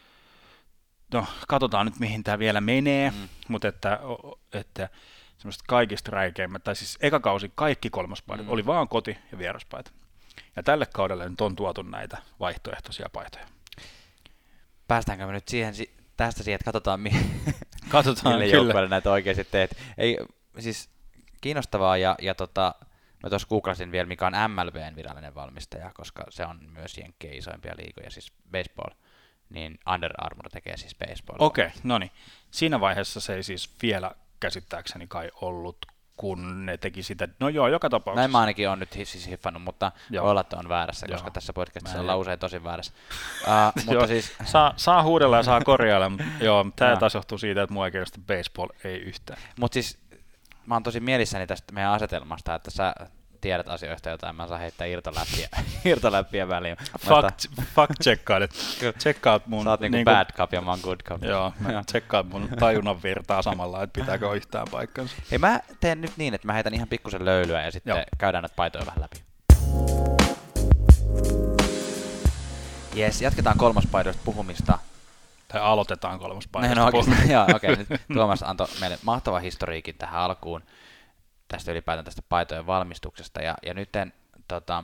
no katsotaan nyt mihin tämä vielä menee, mm. mutta että, että semmoiset kaikista räikeimmät, tai siis eka kausi kaikki kolmospaidat, mm. oli vaan koti- ja vieraspaita. Ja tälle kaudelle nyt on tuotu näitä vaihtoehtoisia paitoja. Päästäänkö me nyt siihen, tästä siihen, että katsotaan, mi- katsotaan mille joukkueelle näitä oikeasti teet. Ei, siis kiinnostavaa, ja, ja tota, mä tuossa googlasin vielä, mikä on M L B:n virallinen valmistaja, koska se on myös jenkkien isoimpia liigoja, siis baseball, niin Under Armour tekee siis baseball. Okei, okay, no niin. Siinä vaiheessa se ei siis vielä käsittääkseni kai ollut, kun ne teki sitä, no joo, joka tapauksessa. Näin mä ainakin on nyt siis hiffannut, mutta joo. Voi olla, että on väärässä, koska joo. Tässä podcastissa ollaan usein tosi väärässä. Uh, mutta siis... saa, saa huudella ja saa korjailla, mutta joo, tämä taas johtuu siitä, että mua ei kiinnosta baseball ei yhtään. Mutta siis mä oon tosi mielissäni tästä meidän asetelmasta, että sä tiedät asioista, jotain mä saan heittää irtoläppiä, irtoläppiä väliin. Fact, fact checkkaat, checkkaat mun... Sä oot niinku, niinku bad cup ja mä oon good cup. Joo, mä checkkaat mun tajunnan virtaa samalla, että pitääkö yhtään paikkansa. Hei, mä teen nyt niin, että mä heitän ihan pikkusen löylyä ja sitten joo. Käydään näitä paitoja vähän läpi. Jes, jatketaan kolmospaidoista puhumista. Tai aloitetaan kolmospaidoista no, puhumista. Joo, okei, okay, nyt Tuomas antoi meille mahtava historiikin tähän alkuun. Tästä ylipäätään tästä paitojen valmistuksesta, ja, ja nyt en, tota,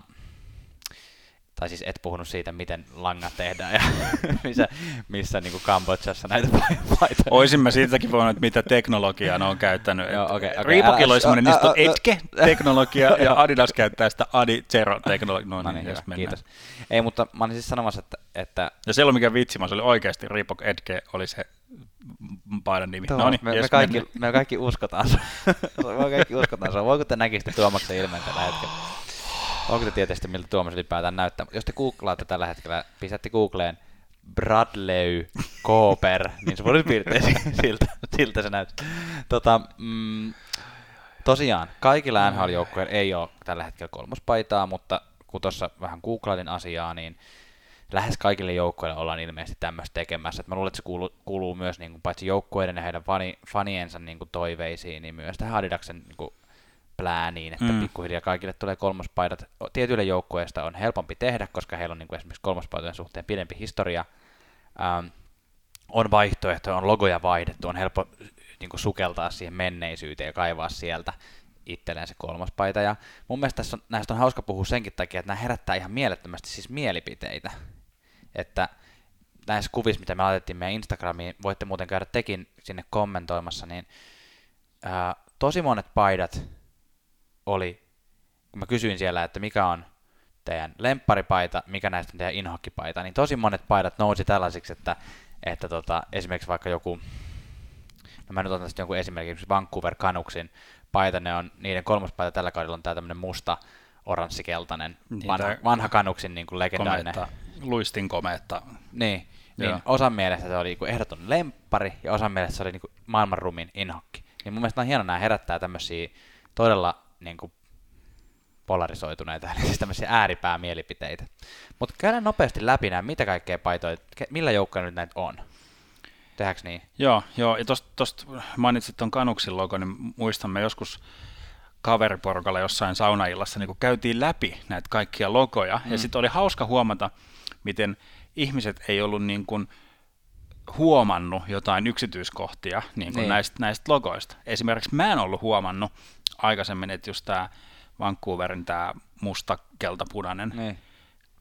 tai siis et puhunut siitä, miten langat tehdään, ja missä, missä niin kuin Kambodžassa näitä paitoja. Oisin mä siitäkin voinut, että mitä teknologiaa ne on käyttänyt. Joo, okay, okay. Reebokilla oli semmoinen, niistä on Edge-teknologia, ja Adidas käyttää sitä Adi Zero-teknologiaa. No, no niin, niin hyvä, kiitos. Ei, mutta mä olin siis sanomassa, että... että ja se ei ollut mikään vitsi, vaan se oli oikeasti Reebok Edge, oli se paidan nimi. Tuo, Noniin, me, yes, me, kaikki, me kaikki uskotaan sun. me kaikki uskotaan sun. Voiko te näkisitte Tuomaksen ilmeen tällä hetkellä? Onko te tietysti, miltä Tuomas ylipäätään näyttää? Jos te googlaatte tällä hetkellä, pistätte Googleen Bradley Cooper, niin se voi piirtää siltä, siltä se näyttää. Tota, mm, tosiaan, kaikilla N H L-joukkueilla ei ole tällä hetkellä kolmospaitaa, mutta kun tuossa vähän googlailin asiaa, niin lähes kaikille joukkueille ollaan ilmeisesti tämmöistä tekemässä. Et mä luulen, että se kuuluu, kuuluu myös niin kuin, paitsi joukkueiden ja heidän fani, faniensa niin kuin, toiveisiin, niin myös tähän Adidaksen niin kuin, plääniin, että mm. pikkuhiljaa kaikille tulee kolmospaidat. Tietyille joukkueista on helpompi tehdä, koska heillä on niin kuin, esimerkiksi kolmospaitojen suhteen pidempi historia. Ähm, on vaihtoehtoja, on logoja vaihdettu, on helppo niin kuin, sukeltaa siihen menneisyyteen ja kaivaa sieltä itselleen se kolmospaita. Ja mun mielestä tässä on, näistä on hauska puhua senkin takia, että nämä herättää ihan mielettömästi siis mielipiteitä. Että näissä kuvissa, mitä me laitettiin meidän Instagramiin, voitte muuten käydä tekin sinne kommentoimassa, niin ää, tosi monet paidat oli, kun mä kysyin siellä, että mikä on teidän lempparipaita, mikä näistä on teidän inhokkipaita, niin tosi monet paidat nousi tällaisiksi, että, että tota, esimerkiksi vaikka joku, no mä nyt otan tästä jonkun esimerkiksi Vancouver Canucksin paita, ne on, niiden kolmospaita tällä kaudella on tää tämmönen musta, oranssi-keltainen, niin, vanha, vanha Canucksin niin kuin legendaarinen. Komeetta, luistin komeetta. Niin, niin osan mielestä se oli niin kuin ehdoton lemppari, ja osan mielestä se oli niin kuin maailman rumin inhokki. Niin mun mielestä on hienoa, nämä herättää tämmöisiä todella niin kuin polarisoituneita, eli siis tämmöisiä ääripäämielipiteitä. Mutta käydään nopeasti läpi nämä, mitä kaikkea paitoja, millä joukkoja nyt näitä on. Tehdäänkö niin? Joo, joo. Ja tuosta mainitsit tuon Canucksin logon, niin muistamme joskus kaveriporukalla jossain saunaillassa niin kun käytiin läpi näitä kaikkia logoja, mm. ja sitten oli hauska huomata, miten ihmiset ei ollut niin kuin huomannut jotain yksityiskohtia niin kuin niin. Näistä, näistä logoista. Esimerkiksi mä en ollut huomannut aikaisemmin, että just tämä Vancouverin tämä musta keltapunainen, niin.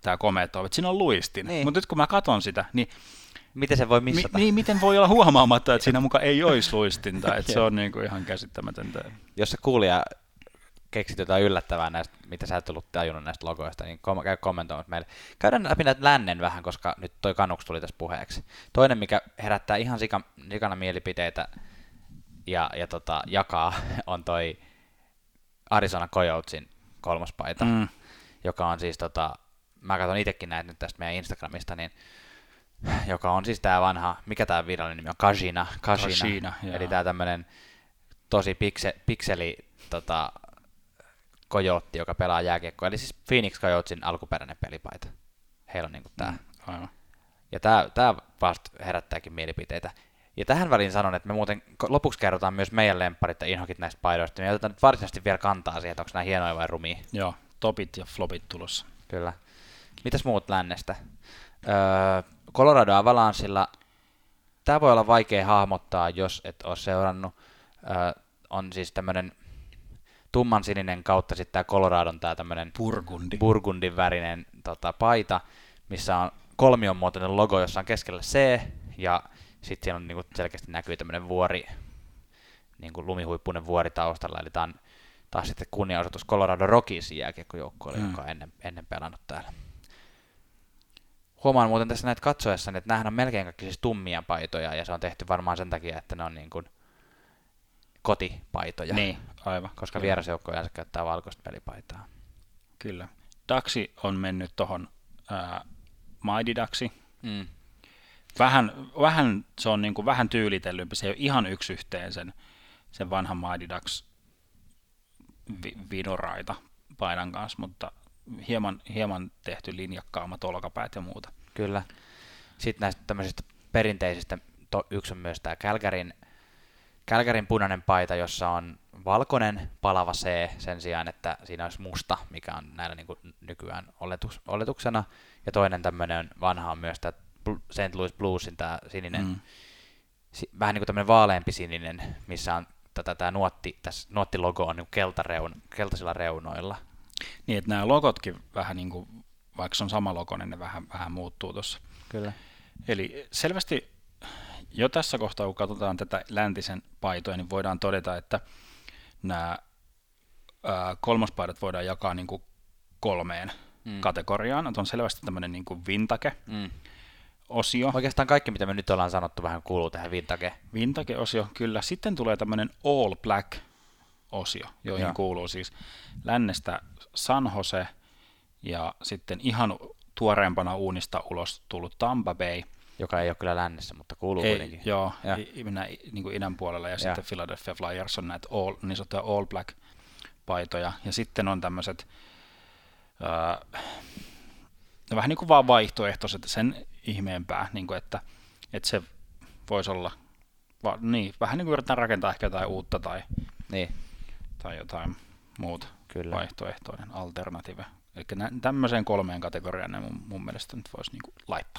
tää komeet ovet, siinä on luistin. Niin. Mutta nyt kun mä katon sitä, niin miten se voi missata? Mi- niin, miten voi olla huomaamatta, että siinä muka ei olisi luistinta, että se on niinku ihan käsittämätöntä. Jos se kuulija keksit jotain yllättävää näistä, mitä sä et ollut tajunnut näistä logoista, niin kom- käy kommentoimaan meille. Käydään läpi näitä lännen vähän, koska nyt toi Canucks tuli tässä puheeksi. Toinen, mikä herättää ihan sika, sikana mielipiteitä ja, ja tota, jakaa, on toi Arizona Coyotesin kolmospaita, mm. joka on siis, tota, mä katson itsekin näitä nyt tästä meidän Instagramista, niin joka on siis tää vanha, mikä tää virallinen nimi on, Kashina, Kashina, Kashina eli tää tämmönen tosi pikse, pikseli tota, Coyote, joka pelaa jääkiekkoa, eli siis Phoenix Coyotesin alkuperäinen pelipaita. Heillä on niinku tää. Mm, aivan. Ja tää, tää vasta herättääkin mielipiteitä. Ja tähän väliin sanon, että me muuten lopuksi kerrotaan myös meidän lempparit ja inhokit näistä paidoista. Me otetaan nyt varsinaisesti vielä kantaa siihen, että onko nämä hienoja vai rumia. Joo, topit ja flopit tulossa. Kyllä. Mitäs muut lännestä? Öö, Colorado Avalancella, tää voi olla vaikea hahmottaa, jos et ole seurannut. Öö, on siis tämmönen tumman sininen kautta sitten tää Coloradon tää tämmönen Burgundi. burgundin värinen tota, paita, missä on kolmion muotoinen logo, jossa on keskellä C, ja sitten siellä on niinku selkeästi näkyy tämmönen vuori, niinku lumihuippuinen vuori taustalla, eli tää on taas sitten kunnianosoitus Colorado Rockiesin jääkiekkojoukkueelle, mm. joka on ennen, ennen pelannut täällä. Huomaan muuten tässä näitä katsoessani, että näähän on melkein kaikki siis tummia paitoja, ja se on tehty varmaan sen takia, että ne on niin kuin kotipaitoja. Niin, aivan. Koska vierasjoukko yleensä käyttää valkoista pelipaitaa. Kyllä. Daxi on mennyt tohon ää, Mighty Ducksi. Mm. Vähän, vähän, se on niin kuin vähän tyylitellympi, se ei ole ihan yksi yhteen sen, sen vanhan Mighty Ducks vi, vinoraita paidan kanssa, mutta hieman, hieman tehty linjakkaammat olkapäät ja muuta. Kyllä. Sitten näistä tämmöisistä perinteisistä, to, yksi on myös tämä Calgaryn, Calgaryn punainen paita, jossa on valkoinen palava C sen sijaan, että siinä olisi musta, mikä on näillä niin kuin nykyään oletus, oletuksena. Ja toinen tämmöinen vanha on myös tämä Saint Louis Bluesin tämä sininen, mm. si, vähän niin kuin tämmöinen vaaleampi sininen, missä on tätä, tämä nuotti, tässä nuottilogo on niin keltareun, keltaisilla reunoilla. Niin, että nämä logotkin vähän niin kuin, vaikka se on sama logo, niin ne vähän, vähän muuttuu tuossa. Kyllä. Eli selvästi jo tässä kohtaa, kun katsotaan tätä läntisen paitoja, niin voidaan todeta, että nämä ää, kolmospaidat voidaan jakaa niin kuin kolmeen mm. kategoriaan. Että on selvästi tämmöinen niin kuin vintage-osio. Mm. Oikeastaan kaikki, mitä me nyt ollaan sanottu, vähän kuuluu tähän vintage. Vintage-osio, kyllä. Sitten tulee tämmöinen all black-osio, joihin Joo. kuuluu siis lännestä San Jose ja sitten ihan tuoreempana uunista ulos tullut Tampa Bay. Joka ei ole kyllä lännessä, mutta kuuluu ei, kuitenkin. Joo, ja. Minä, niin kuin idän puolella, ja, ja sitten Philadelphia Flyers on näitä all, niin sanottuja all black-paitoja, ja sitten on tämmöiset äh, vähän niin kuin vaan vaihtoehtoiset sen ihmeempää, niin kuin että, että se voisi olla, va, niin, vähän niin kuin yritetään rakentaa ehkä jotain uutta tai, niin. tai jotain muuta kyllä. vaihtoehtoinen, alternative. Eli nä, tämmöiseen kolmeen kategoriaan ne mun, mun mielestä nyt voisi niin kuin laittaa.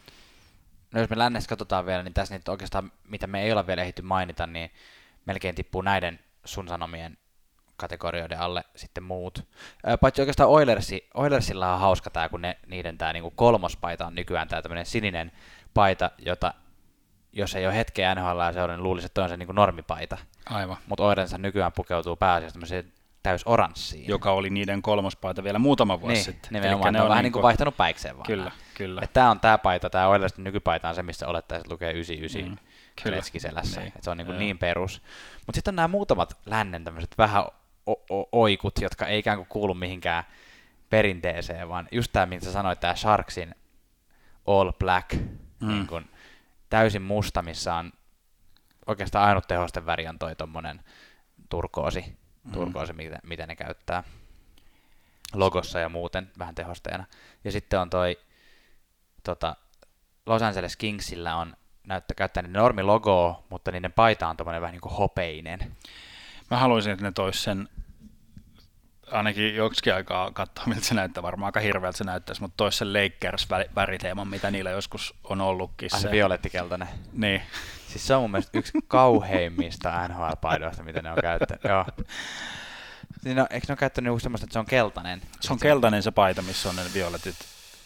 No jos me lännessä katsotaan vielä, niin tässä nyt oikeastaan, mitä me ei olla vielä ehditty mainita, niin melkein tippuu näiden sun sanomien kategorioiden alle sitten muut. Ää, paitsi oikeastaan Oilersi, Oilersilla on hauska tämä, kun ne, niiden tämä niinku kolmospaita on nykyään tämä tämmöinen sininen paita, jota jos ei ole hetkeä N H L seurannut, niin luulisi, että toi on se niinku normipaita. Aivan. Mutta Oilersa nykyään pukeutuu pääasiassa tämmöiseen täys oranssiin. Joka oli niiden kolmospaita vielä muutama vuosi niin, sitten. Nimenomaan, ne on vähän niin kuin vaihtanut päikseen vaan. Kyllä, kyllä. Tämä on tämä paita, tämä Oilersin nykypaita on se, missä olettaisiin, että lukee yhdeksänkymmentäyhdeksän mm, Gretzky-selässä. Niin. Se on niin, kuin niin perus. Mutta sitten on nämä muutamat lännen tämmöiset vähän o- o- oikut, jotka ei ikään kuin kuulu mihinkään perinteeseen, vaan just tämä, mitä sä sanoit, tämä Sharksin all black, mm. niin kuin täysin musta, missä on oikeastaan ainut tehosten väri on toi tommonen turkoosi, mm. turkoosi mitä, mitä ne käyttää logossa ja muuten vähän tehosteena. Ja sitten on toi tota, Los Angeles Kingsillä on näyttää käyttää niiden normilogoa, mutta niiden paita on tommonen vähän niin kuin hopeinen. Mä haluaisin, että ne tois sen ainakin joksikin aikaa katsoa, miltä se näyttää. Varmaan aika hirveältä se näyttäisi, mutta tois sen Lakers-väriteeman, mitä niillä joskus on ollutkin. Ai se violettikeltainen. Niin. Siis se on mun mielestä yksi kauheimmista N H L-paidoista, mitä ne on käyttänyt. Joo. Niin no, eikö ne ole käyttänyt semmoista, että se on keltainen? Se on keltainen se paita, missä on ne violetit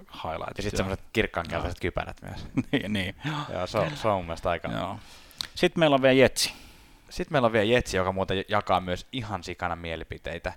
highlightit. Ja sitten semmoiset kirkkaankeltaiset kypärät myös. niin, niin. Joo, se on, se on mun mielestä aika. Joo. Sitten meillä on vielä Jetsi. Sitten meillä on vielä Jetsi, joka muuten jakaa myös ihan sikana mielipiteitä.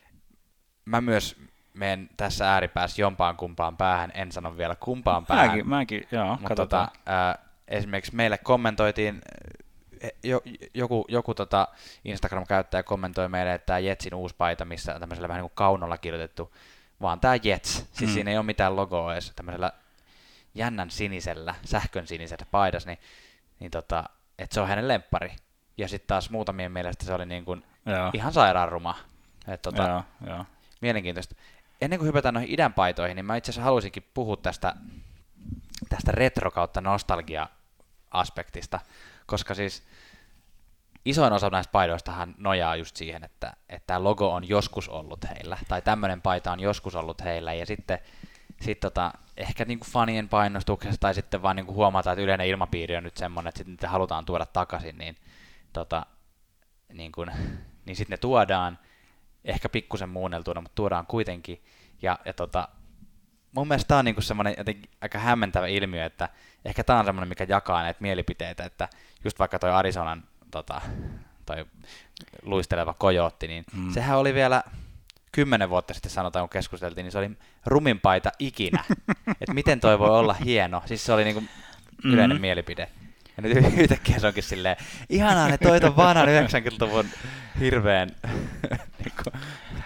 Mä myös menen tässä ääripäässä jompaan kumpaan päähän, en sano vielä kumpaan päähän. Mäkin, mäkin joo, mutta katsotaan. Tota, ää, esimerkiksi meille kommentoitiin, jo, joku, joku tota Instagram-käyttäjä kommentoi meille, että tämä Jetsin uusi paita, missä on tämmöisellä vähän niin kuin kaunolla kirjoitettu, vaan tämä Jets, siis mm. siinä ei ole mitään logoa edes, tämmöisellä jännän sinisellä, sähkön sinisellä paidas, niin, niin tota, että se on hänen lemppari. Ja sitten taas muutamien mielestä se oli niin kuin ihan sairaanruma. Että tota, joo, joo. Mielenkiintoista. Ennen kuin hypätään noihin idän paitoihin, niin mä itse asiassa haluaisinkin puhua tästä, tästä retro kautta nostalgia-aspektista, koska siis isoin osa näistä paidoistahan nojaa just siihen, että, että tämä logo on joskus ollut heillä, tai tämmöinen paita on joskus ollut heillä, ja sitten sit tota, ehkä niinku fanien painostuksessa, tai sitten vaan niinku huomataan, että yleinen ilmapiiri on nyt semmoinen, että sitten niitä halutaan tuoda takaisin, niin, tota, niin, kun, niin sitten ne tuodaan, ehkä pikkusen muunneltuna, mutta tuodaan kuitenkin, ja, ja tota, mun mielestä tämä on niinku semmoinen jotenkin aika hämmentävä ilmiö, että ehkä tämä on semmoinen, mikä jakaa näitä mielipiteitä, että just vaikka toi Arizonan tota, toi luisteleva kojootti, niin mm. sehän oli vielä kymmenen vuotta sitten sanotaan, kun keskusteltiin, niin se oli rumin paita ikinä. Että miten toi voi olla hieno. Siis se oli niinku yleinen mm-hmm. mielipide. Ja nyt yhtäkkiä se onkin silleen, ihanaa, ne toit on vanhan yhdeksänkymmentäluvun hirveän... niinku.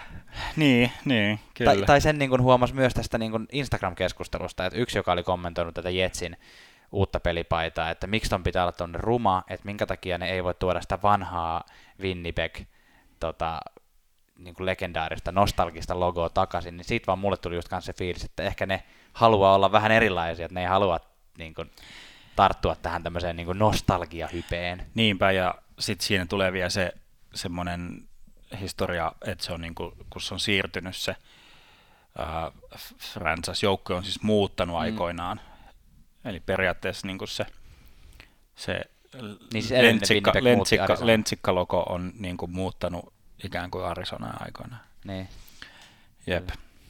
Niin, niin, kyllä. Tai, tai sen niin huomasi myös tästä niin Instagram-keskustelusta, että yksi, joka oli kommentoinut tätä Jetsin uutta pelipaitaa, että miksi ton pitää olla tuonne ruma, että minkä takia ne ei voi tuoda sitä vanhaa Winnipeg tota, niin kuin legendaarista, nostalgista logoa takaisin, niin siitä vaan mulle tuli just kanssa se fiilis, että ehkä ne haluaa olla vähän erilaisia, että ne ei halua niin kuin, tarttua tähän tämmöiseen niin kuin nostalgiahypeen. Niinpä, ja sitten siinä tulee vielä se semmoinen historia, että se on niin kuin, kun se on siirtynyt se äh, franchise-joukko on siis muuttanut mm. aikoinaan. Eli periaatteessa niin kuin se, se niin siis lentsikka, lentsikka, lentsikka-logo on niin kuin muuttanut ikään kuin Arizonaan aikoinaan. Niin. Jep.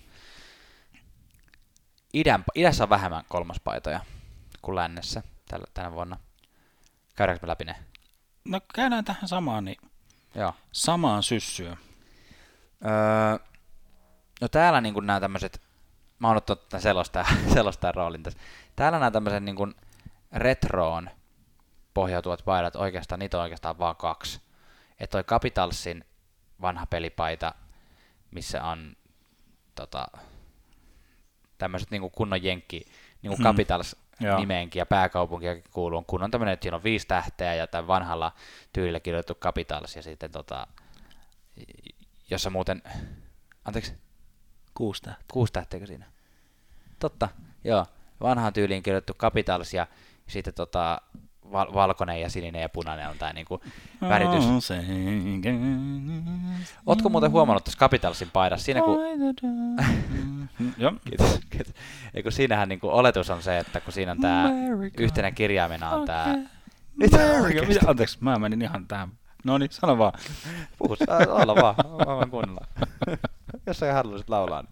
Idän, idässä on vähemmän kolmospaitoja kuin lännessä tällä, tänä vuonna. Käydäänkö me läpi ne? No käydään tähän samaan, niin joo. Samaan syssyyn. Öö, no täällä niin nämä tämmöiset, mä oon ottanut tämän selostajan, selostajan roolin tässä. Täällä nämä tämmöiset niin retroon pohjautuvat paidat, oikeastaan niitä on oikeastaan vaan kaksi. Että toi Capitalsin vanha pelipaita, missä on tota, tämmöiset niin kunnon jenkki, niin kuin Capitals nimeenkin ja pääkaupunkiakin kuuluu, kun on tämmöinen, että siinä on viisi tähteä ja tämän vanhalla tyylillä kirjoitettu Capitals ja sitten tota, jossa muuten, anteeksi? Kuusi tähteä. Kuusi tähteäkö siinä? Totta, joo. Vanhaan tyyliin kirjoitettu Capitals ja sitten tota, val- valkoinen ja sininen ja punainen on tämä niinku väritys. Ootko muuten huomannut tuossa Capitalsin paidassa? Siinä kun... kiitos, kiitos. Eiku, siinähän niinku oletus on se, että kun siinä on tämä yhtenä kirjaimena on tämä... Anteeksi, mä menin ihan tähän. No niin, sano vaan. Puhu, olla vaan. Mä voin kuunnella. Jos sä haluaisit laulaa.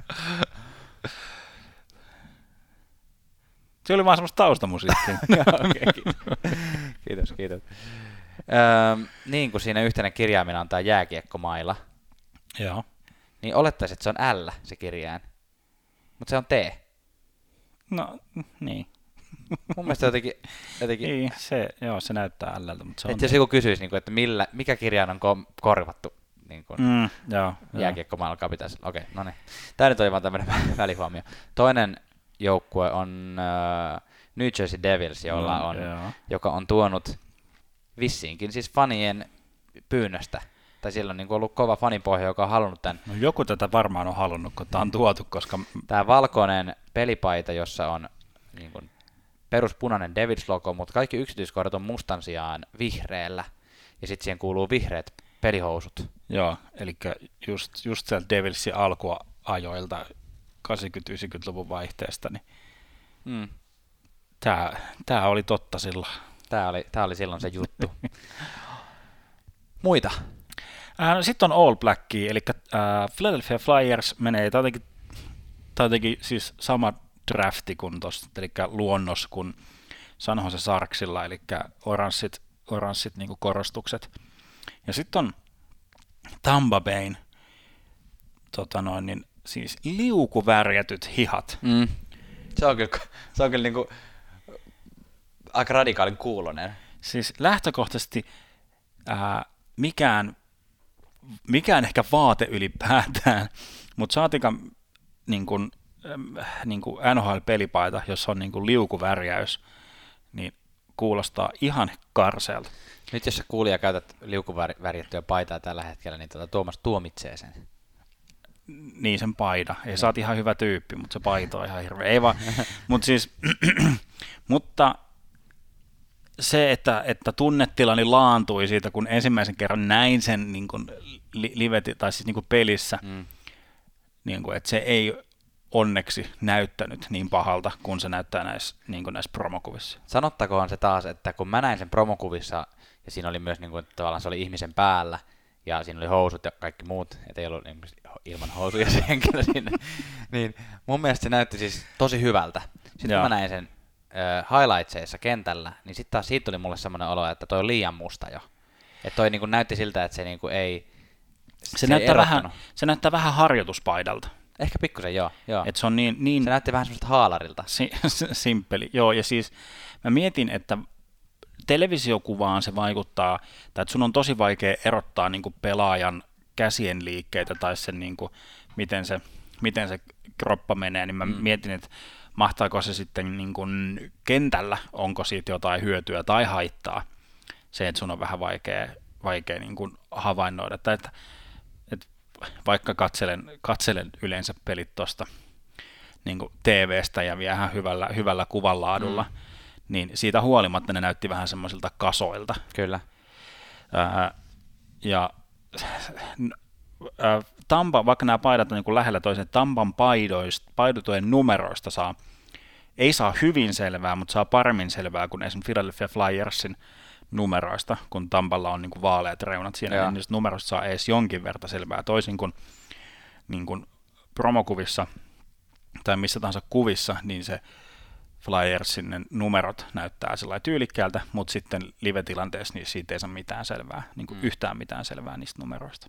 Se oli vaan semmoista taustamusiikkia. Okay, kiitos. kiitos, kiitos. Öö, niin kuin siinä yhtenä kirjaimena on tämä jääkiekkomaila, joo. Niin olettaisin, että se on L se kirjain, mutta se on T. No, niin. Mun mielestä jotenkin... jotenkin niin, se, joo, se näyttää L:ltä, mutta se on... Että jos joku kysyisi, että millä, mikä kirjain on ko- korvattu niin kuin mm, joo, jääkiekkomailla Capitalsilla. Okei, okay, no niin. Tämä nyt oli vaan tämmöinen välihuomio. Toinen joukkue on uh, New Jersey Devils, jolla on, no, joka on tuonut vissiinkin siis fanien pyynnöstä. Tai siellä on niin kuin ollut kova fanipohja, joka on halunnut tämän. No joku tätä varmaan on halunnut, kun tämä on tuotu, koska... Tämä valkoinen pelipaita, jossa on niin kuin peruspunainen Devils-logo, mutta kaikki yksityiskohdat on mustan sijaan vihreällä. Ja sitten siihen kuuluu vihreät pelihousut. Joo, eli just, just sieltä Devilsin alkuajoilta kahdeksankymmentä-yhdeksänkymmentäluvun vaihteesta, niin mm. tämä, tämä oli totta silloin. Tämä oli, tämä oli silloin se juttu. Muita? Äh, sitten on All Blackia, eli äh, Philadelphia Flyers menee jotenkin, jotenkin siis sama drafti kuin tosta, eli luonnos kuin San Jose Sharksilla, eli oranssit, oranssit niin kuin korostukset. Ja sitten on Tampa Bayn tota noin, niin, siis liukuvärjätyt hihat. Mm. Se on kyllä, se on kyllä niinku aika radikaalin kuulonen. Siis lähtökohtaisesti ää, mikään, mikään ehkä vaate ylipäätään, mutta saatikaan niin kuin, äh, niin kuin N H L-pelipaita, jossa on niin kuin liukuvärjäys, niin kuulostaa ihan karseelta. Nyt jos sä kuulija käytät liukuvärjättyä paitaa tällä hetkellä, niin tuota Tuomas tuomitsee sen. Niin sen paida. Ei sä oot ihan hyvä tyyppi, mutta se paita on ihan hirveä. Ei vaan, mut siis, mutta se, että, että tunnetilani laantui siitä, kun ensimmäisen kerran näin sen niin kuin li, live, tai siis niin kuin pelissä, mm. niin kuin, että se ei onneksi näyttänyt niin pahalta, kun se näyttää näissä, niin kuin näissä promokuvissa. Sanottakoon se taas, että kun mä näin sen promokuvissa, ja siinä oli myös niin kuin, että tavallaan se oli ihmisen päällä, ja siinä oli housut ja kaikki muut, et ei ollut ilman housuja se henkilö siinä, niin mun mielestä se näytti siis tosi hyvältä. Sitten kun mä näin sen äh, highlightseissa kentällä, niin sitten taas siitä tuli mulle semmoinen olo, että toi on liian musta jo. Että toi niin kuin näytti siltä, että se niin kuin ei se, se, näyttää vähän, se näyttää vähän harjoituspaidalta. Ehkä pikkusen, joo. joo. Et se on niin, niin se näytti vähän semmoista haalarilta. Si- simppeli, joo. Ja siis mä mietin, että televisiokuvaan se vaikuttaa, tai että sun on tosi vaikea erottaa niin kuin pelaajan käsien liikkeitä tai sen, niin kuin, miten, se, miten se kroppa menee, niin mä mm. mietin, että mahtaako se sitten niin kuin kentällä, onko siitä jotain hyötyä tai haittaa, se, että sun on vähän vaikea, vaikea niin kuin havainnoida, että, että, että vaikka katselen, katselen yleensä pelit tuosta niin kuin T V:stä ja vielä hyvällä, hyvällä kuvanlaadulla, mm. niin siitä huolimatta ne näytti vähän semmoisilta kasoilta. Kyllä. Ää, ja ää, Tampa, vaikka nämä paidat on niin kuin lähellä toisen, Tampan paidoista, paidotujen numeroista saa, ei saa hyvin selvää, mutta saa paremmin selvää kuin esimerkiksi Philadelphia Flyersin numeroista, kun Tampalla on niin kuin vaaleat reunat siinä, niin niistä numeroista saa edes jonkin verta selvää, toisin kuin, niin kuin promokuvissa tai missä tahansa kuvissa, niin se Flyersin ne numerot näyttää sellainen tyylikkäältä, mutta sitten live-tilanteessa niin siitä ei saa mitään selvää, niin kuin mm. yhtään mitään selvää niistä numeroista.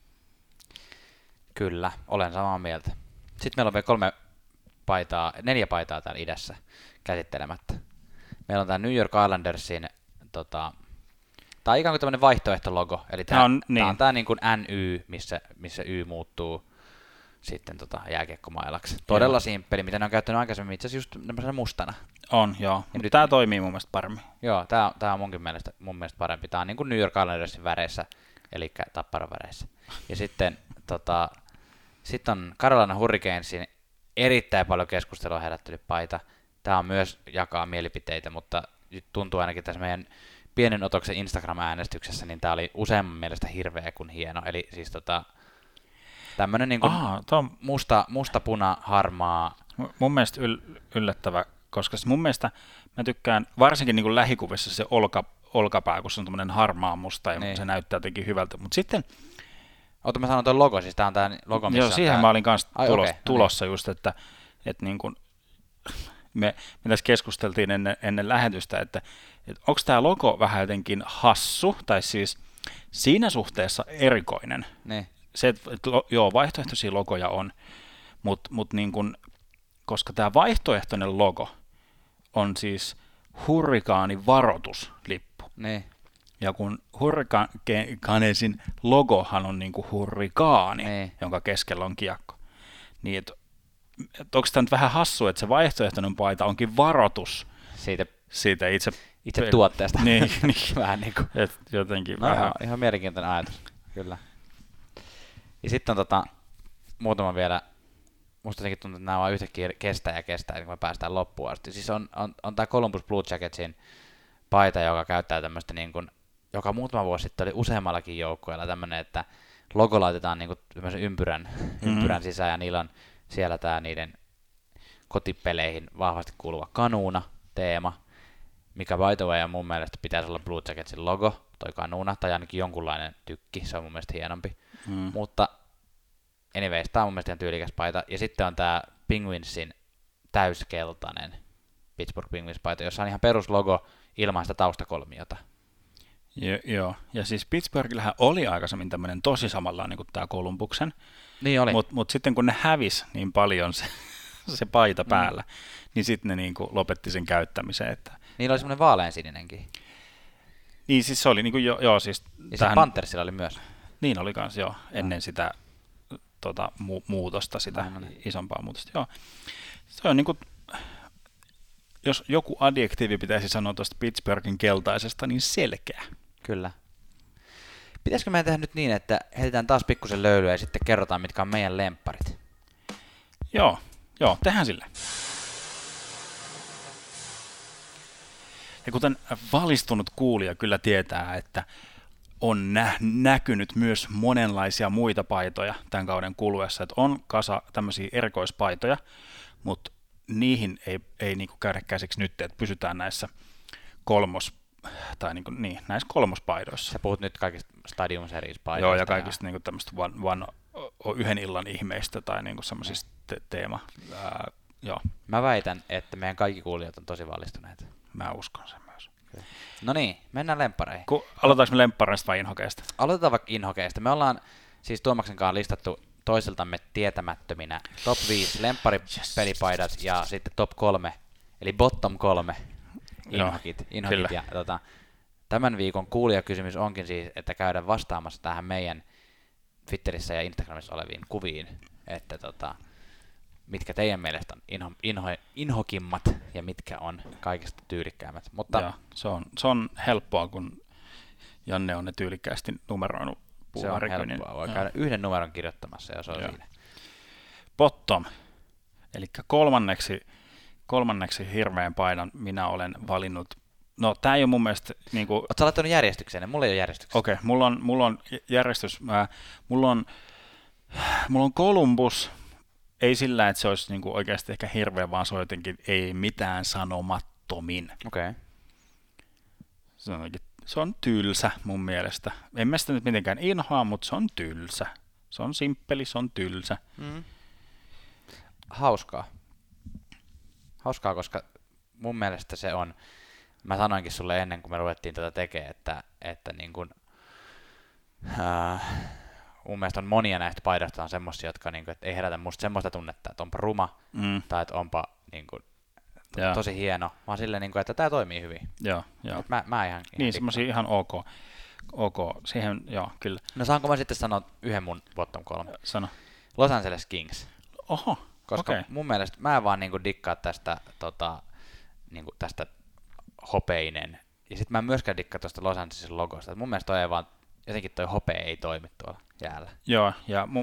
Kyllä, olen samaa mieltä. Sitten meillä on vielä kolme paitaa, neljä paitaa täällä idässä käsittelemättä. Meillä on tämä New York Islandersin, tota, tämä on ikään kuin tämmöinen vaihtoehtologo, eli tämä, no, on, niin. tämä on tämä niin kuin N Y, missä, missä Y muuttuu sitten tota jääkiekkomailaksi. Todella joo. Simppeli, mitä ne on käyttänyt aikaisemmin itse asiassa just mustana. On, joo. Ja nyt tämä toimii mun mielestä paremmin. Joo, tämä, tämä on munkin mielestä, mun mielestä parempi. Tämä on niin kuin New York Islandersin väreissä, eli Tapparan väreissä. Ja sitten tota, sit on Carolina Hurricanesin erittäin paljon keskustelua herättänyt paita. Tämä on myös jakaa mielipiteitä, mutta tuntuu ainakin tässä meidän pienen otoksen Instagram-äänestyksessä, niin tämä oli useamman mielestä hirveä kuin hieno. Eli siis tota, tämmöinen niin kuin on musta, musta, puna, harmaa. Mun mielestä yl- yllättävä, koska mun mielestä mä tykkään, varsinkin niin kuin lähikuvissa se olka, olkapää, kun se on tämmöinen harmaa musta ja niin. Se näyttää jotenkin hyvältä. Mutta sitten Ota, mä sanon tuon logo, siis tää on tää logo, missä joo, siihen tää mä olin kanssa tulos, okay, tulossa no niin. Just, että, että niin kuin me, me tässä keskusteltiin ennen, ennen lähetystä, että, että onko tämä logo vähän jotenkin hassu, tai siis siinä suhteessa erikoinen. Niin. Se, että, että joo, vaihtoehtoisia logoja on, mutta mut niin kuin, koska tämä vaihtoehtoinen logo on siis hurrikaanin varoituslippu. Niin. Ja kun Hurricanesin logohan on niin kuin hurrikaani, niin. jonka keskellä on kiekko, niin et, et onko tämä nyt vähän hassu, että se vaihtoehtoinen paita onkin varoitus siitä, siitä itse, itse tuotteesta. Niin, niin. Vähän niin kuin. Et jotenkin no, vähän. Ihan, ihan mielenkiintoinen ajatus, kyllä. Ja sitten on tota, muutama vielä, musta jotenkin tuntuu, että nämä vaan yhtäkkiä kestää ja kestää, niin kun me päästään loppuun asti. Siis on, on, on tämä Columbus Blue Jacketsin paita, joka käyttää tämmöistä niin kuin, joka muutama vuosi sitten oli useammallakin joukkueella tämmöinen, että logo laitetaan niin kuin ympyrän, mm-hmm. ympyrän sisään ja niillä on siellä tämä niiden kotipeleihin vahvasti kuuluva kanuuna teema, mikä by the way on mun mielestä pitäisi olla Blue Jacketsin logo, toi kanuuna, tai ainakin jonkunlainen tykki, se on mun mielestä hienompi. Mm. Mutta anyways, tää on mun mielestä ihan tyylikäs paita. Ja sitten on tää Penguinsin täyskeltainen Pittsburgh Penguins-paita, jossa on ihan peruslogo ilman sitä taustakolmiota. Jo, joo, ja siis Pittsburghillähän oli aikaisemmin tämmöinen tosi samanlainen kuin tämä Columbuksen, Niin oli. mutta mut sitten kun ne hävisi niin paljon se, se paita päällä, mm. niin sitten ne niinku lopetti sen käyttämisen. Että... Niillä oli semmoinen vaaleansininenkin. Niin siis se oli niinku jo, joo siis... Ja tähän... se Panthersilla oli myös. Niin oli kans joo, ennen no. sitä tota, mu- muutosta, sitä no, no, niin. isompaa muutosta, joo. Se on niinku... Jos joku adjektiivi pitäisi sanoa tuosta Pittsburghin keltaisesta, niin selkeä. Kyllä. Pitäisikö meidän tehdä nyt niin, että heitetään taas pikkusen löylyä ja sitten kerrotaan, mitkä on meidän lempparit? Joo, joo, tehdään sille. Ja kuten valistunut kuulija kyllä tietää, että on nä- näkynyt myös monenlaisia muita paitoja tämän kauden kuluessa, että on kasa tämmöisiä erikoispaitoja, mutta niihin ei, ei niinku käydä käsiksi nyt, että pysytään näissä kolmos, tai niinku, niin, näissä kolmospaidoissa. Sä puhut nyt kaikista Stadium Series-paidoista. Joo, ja kaikista niinku tämmöistä van, van, yhden illan ihmeistä tai niinku semmoisista te- teema. Ää, joo. Mä väitän, että meidän kaikki kuulijat on tosi valistuneita. Mä uskon sen myös. No niin, mennään lemppareihin. Ku, aloitetaanko me lemppareista vai inhokeista? Aloitetaan vaikka inhokeista. Me ollaan siis Tuomaksen kanssa listattu toisiltamme tietämättöminä top viisi lempparipelipaidat yes. ja sitten top kolme, eli bottom kolme inhokit. inhokit ja, tota, tämän viikon kuulijakysymys onkin siis, että käydään vastaamassa tähän meidän Twitterissä ja Instagramissa oleviin kuviin, että tota, mitkä teidän mielestä on inho, inho, inhokimmat ja mitkä on kaikista tyylikkäimmät. Mutta ja, se, on, se on helppoa, kun Janne on ne tyylikkäästi numeroinut. Se on helppoa. Voi käydä yhden numeron kirjoittamassa ja se on Joo. siinä. Bottom. Eli kolmanneksi, kolmanneksi hirveän paidan minä olen valinnut. No tää ei ole mun mielestä... Niin kuin... Oletko laittanut järjestykseen? Mulla ei ole järjestyksessä. Okei, okay, mulla, on, mulla on järjestys. Mä, mulla, on, mulla on Columbus. Ei sillä, että se olisi niin kuin oikeasti ehkä hirveä, vaan se on jotenkin ei mitään sanomattomin. Okei. Okay. Se on Se on tylsä mun mielestä. En mä sitä nyt mitenkään inhoa, mutta se on tylsä. Se on simppeli, se on tylsä. Mm. Hauskaa. Hauskaa, koska mun mielestä se on, mä sanoinkin sulle ennen kuin me ruvettiin tätä tekemään, että, että niin kun, äh, mun mielestä on monia näistä paidoista on semmosia, jotka niin kun, et ei herätä musta semmoista tunnetta, että onpa ruma mm. tai että onpa niin kun, to, tosi hieno, vaan silleen, niin kun, että tämä toimii hyvin. Joo, joo. Mä, mä ihan, ihan niin, semmosia ihan ok. ok. Siihen, joo, kyllä. No saanko mä sitten sanoa yhden mun bottom kolme? Sano. Los Angeles Kings. Oho, koska okay. mun mielestä mä en vaan niinku dikkaa tästä, tota, niinku tästä hopeinen. Ja sit mä en myöskään dikkaa tuosta Los Angelesin logosta. Et mun mielestä toi ei vaan, jotenkin toi hopea ei toimi tuolla jäällä. Joo, ja mu,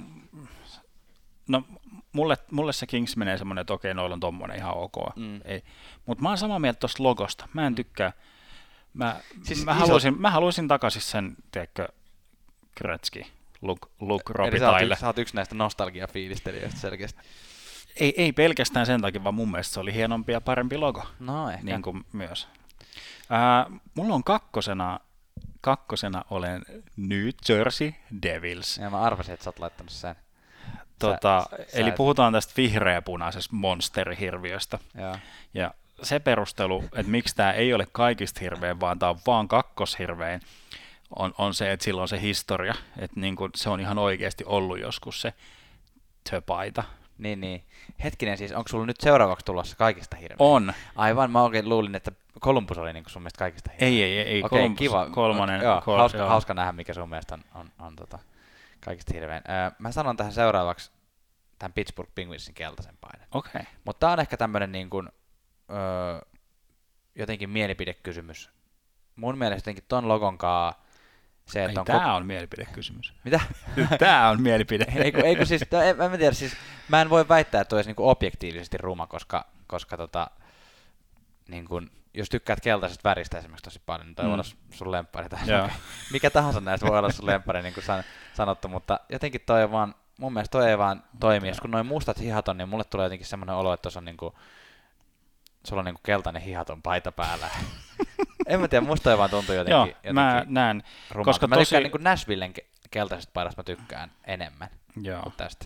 no, mulle, mulle se Kings menee semmonen, että okei, noilla on tommonen ihan ok. Mm. Mutta mä oon samaa mieltä tosta logosta. Mä en tykkää. Mä, siis mä, haluaisin, mä haluaisin takaisin sen, tiedätkö, Gretzky, Luke, Luke Robitaille. Eli sä oot yksi näistä nostalgia-fiilistelijöistä selkeästi. Ei, ei pelkästään sen takia, vaan mun mielestä se oli hienompi ja parempi logo. No ehkä. Niin kuin myös. Ää, mulla on kakkosena, kakkosena olen New Jersey Devils. Ja mä arvasin, että sä oot laittanut sen. Tota, sä, eli sä puhutaan tästä vihreäpunaisesta monsterihirviöstä. Joo. Ja se perustelu, että miksi tämä ei ole kaikista hirveän, vaan tämä on vaan kakkoshirvein, on, on se, että sillä on se historia, että niin kuin se on ihan oikeasti ollut joskus se töpaita. Niin, niin. Hetkinen siis, onko sulla nyt seuraavaksi tulossa kaikista hirveä? On. Aivan, mä oikein luulin, että Columbus oli niin sun mielestä kaikista hirveä. Ei, ei, ei. Okei, Columbus, kiva. Kolmannen. Joo, kol- hauska, joo. hauska nähdä, mikä sun mielestä on, on, on tota, kaikista hirveän. Öö, mä sanon tähän seuraavaksi tämän Pittsburgh Penguinsin keltaisen paidan. Okei. Okay. Mutta tää on ehkä tämmönen niin kuin, öö, jotenkin mielipidekysymys. Mun mielestä jotenkin ton logonkaa se, että ei, on... Tää Ko- on mielipidekysymys. Mitä? Tää on mielipide. ei, kun, ei kun siis, to, en, mä tiedä, siis, mä en voi väittää, että olisi niinku objektiivisesti ruma, koska, koska tota, niin kun, jos tykkäät keltaisesta väristä esimerkiksi tosi paljon, niin toi mm. voi olla sun lemppari. Mikä tahansa näistä voi olla sun lemppari, niin kuin san, sanottu, mutta jotenkin toi on vaan, mun mielestä toi ei vaan toimi. Jos kun noin mustat hihat on, niin mulle tulee jotenkin semmoinen olo, että tuossa on niinku, sulla on niinku keltainen hihaton paita päällä. En mä tiedä, musta toi vaan tuntuu jotenkin, Joo, jotenkin mä näen, rumalta. koska Mä tosi... tykkään niinku Nashvillen keltaisesta paidasta, mä tykkään enemmän Joo. kuin tästä.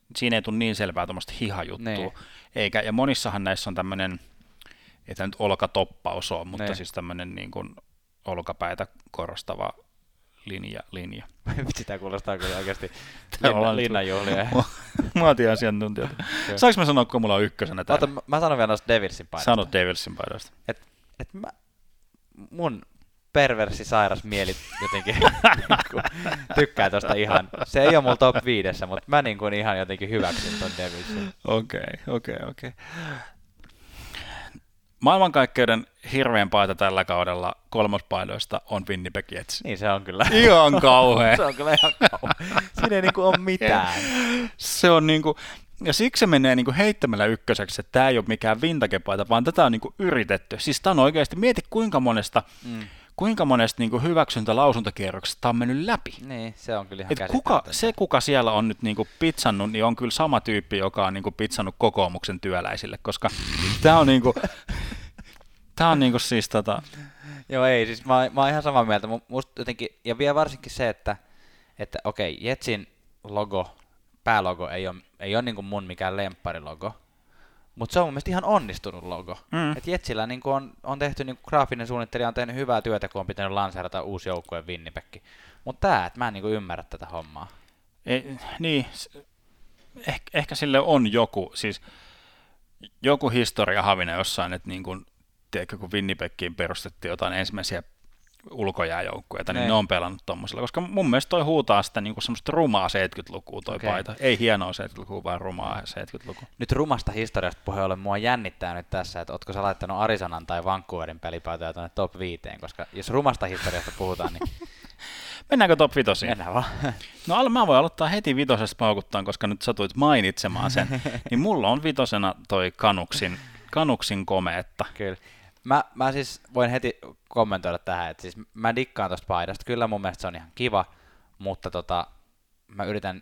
siinä ei tule niin selvää tuommoista hihajuttua. Niin. Eikä, ja monissahan näissä on tämmöinen, ei tämä nyt olkatoppaus ole, mutta Niin. siis tämmöinen niin kuin olkapäitä korostava linja. linja. Sitä kuulostaa kyllä oikeasti Linna, linnanjuhlia. Mä otin asiantuntijat. Saanko mä sanoa, kun mulla on ykkösenä täällä? Ota, mä sanon vielä noista Devilsin paidasta. Sano Devilsin paidasta. Et, et mä, mun perversi sairas mieli jotenkin niinku tykkää tosta ihan. Se ei ole mulla top viidessä, mutta mä niin kuin ihan jotenkin hyväksyn ton Devilsin. Okei, okei, okei. Maailmankaikkeuden hirveän paita tällä kaudella kolmospaidoista on Winnipeg Jets. Niin se on kyllä. Ihan kauhea. Se on kyllä ihan kauhea. Siinä ei niinku ole mitään. Se on niinku, ja siksi se menee niinku heittämällä ykköseksi, että tämä ei ole mikään vintage-paita, vaan tätä on niinku yritetty. Siis tämä on oikeasti, mieti kuinka monesta, mm. kuinka monesta niinku hyväksyntä-lausuntakierroksesta on mennyt läpi. Niin, se on kyllä ihan Et kuka, se, kuka siellä on nyt niinku pitsannut, niin on kyllä sama tyyppi, joka on niinku pitsannut kokoomuksen työläisille, koska tämä on niinku, tää on niinku siis tota... Joo, ei, siis mä, mä oon ihan samaa mieltä. Musta jotenkin, ja vielä varsinkin se, että, että okei, Jetsin logo, päälogo ei ole, ei ole niinku mun mikään lempparilogo, mutta se on mun mielestä ihan onnistunut logo. Mm. Et Jetsillä niinku on, on tehty, niinku graafinen suunnittelija on tehnyt hyvää työtä, kun on pitänyt lanseerata uusi joukkue Winnipeg. Mutta tää, että mä en niinku ymmärrä tätä hommaa. Ei, niin, ehkä, ehkä sille on joku, siis joku historia havina jossain, että niin kun, tiedätkö, kun Winnipegiin perustettiin jotain ensimmäisiä ulkojääjoukkueita, niin ne, ne on pelannut tommosella, koska mun mielestä toi huutaa sitä niin semmoista rumaa seitsemänkymmentälukua toi okay. paita. Ei hienoa seitsemänkymmentälukua, vaan rumaa seitsemänkymmentälukua. Nyt rumasta historiasta puheen ollen mua jännittää nyt tässä, että ootko sä laittanut Arizonan tai Vancouverin pelipaitoja tuonne top viiteen, koska jos rumasta historiasta puhutaan, niin... Mennäänkö top vitosiin? Mennään vaan. No mä voin aloittaa heti vitosesta paukuttaan, koska nyt satuit mainitsemaan sen. Niin mulla on vitosena toi Canucksin, Canucksin komeetta. Kyllä. Mä, mä siis voin heti kommentoida tähän, että siis mä dikkaan tosta paidasta. Kyllä mun mielestä se on ihan kiva, mutta tota, mä yritän,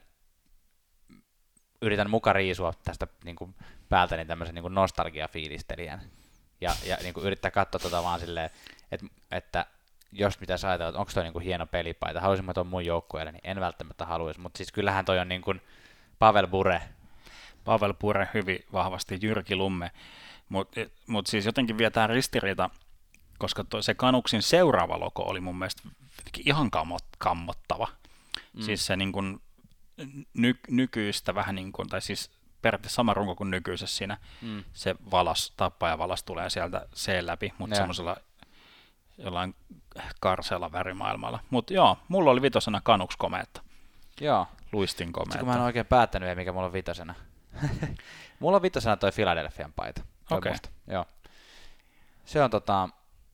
yritän muka riisua tästä niin kuin päältäni tämmöisen niin kuin nostalgiafiilistelijän. Ja, ja niin kuin yrittää katsoa tota vaan silleen, että, että jos mitä sä ajatellaan, että onko toi niin kuin hieno pelipaita, haluaisin mä tuon mun joukkueelle, niin en välttämättä haluaisi. Mutta siis kyllähän toi on niin kuin Pavel Bure. Pavel Bure hyvin vahvasti, Jyrki Lumme. Mutta mut siis jotenkin vie tää ristiriita, koska toi, se Canucksin seuraava logo oli mun mielestä ihan kammot, kammottava. Mm. Siis se niin kun, ny, nykyistä vähän niin kuin, tai siis periaatteessa sama runko kuin nykyisessä siinä, mm. se valas, tappajavalas tulee sieltä C läpi, mutta semmoisella jollain karseella värimaailmalla. Mutta joo, mulla oli vitosena Canucks komeetta. Joo. Luistin komeetta. Kun mä en oikein päättänyt, mikä mulla on vitosena. Mulla on vitosena toi Philadelphian paita. Okei. Okay. Joo. Se on tota...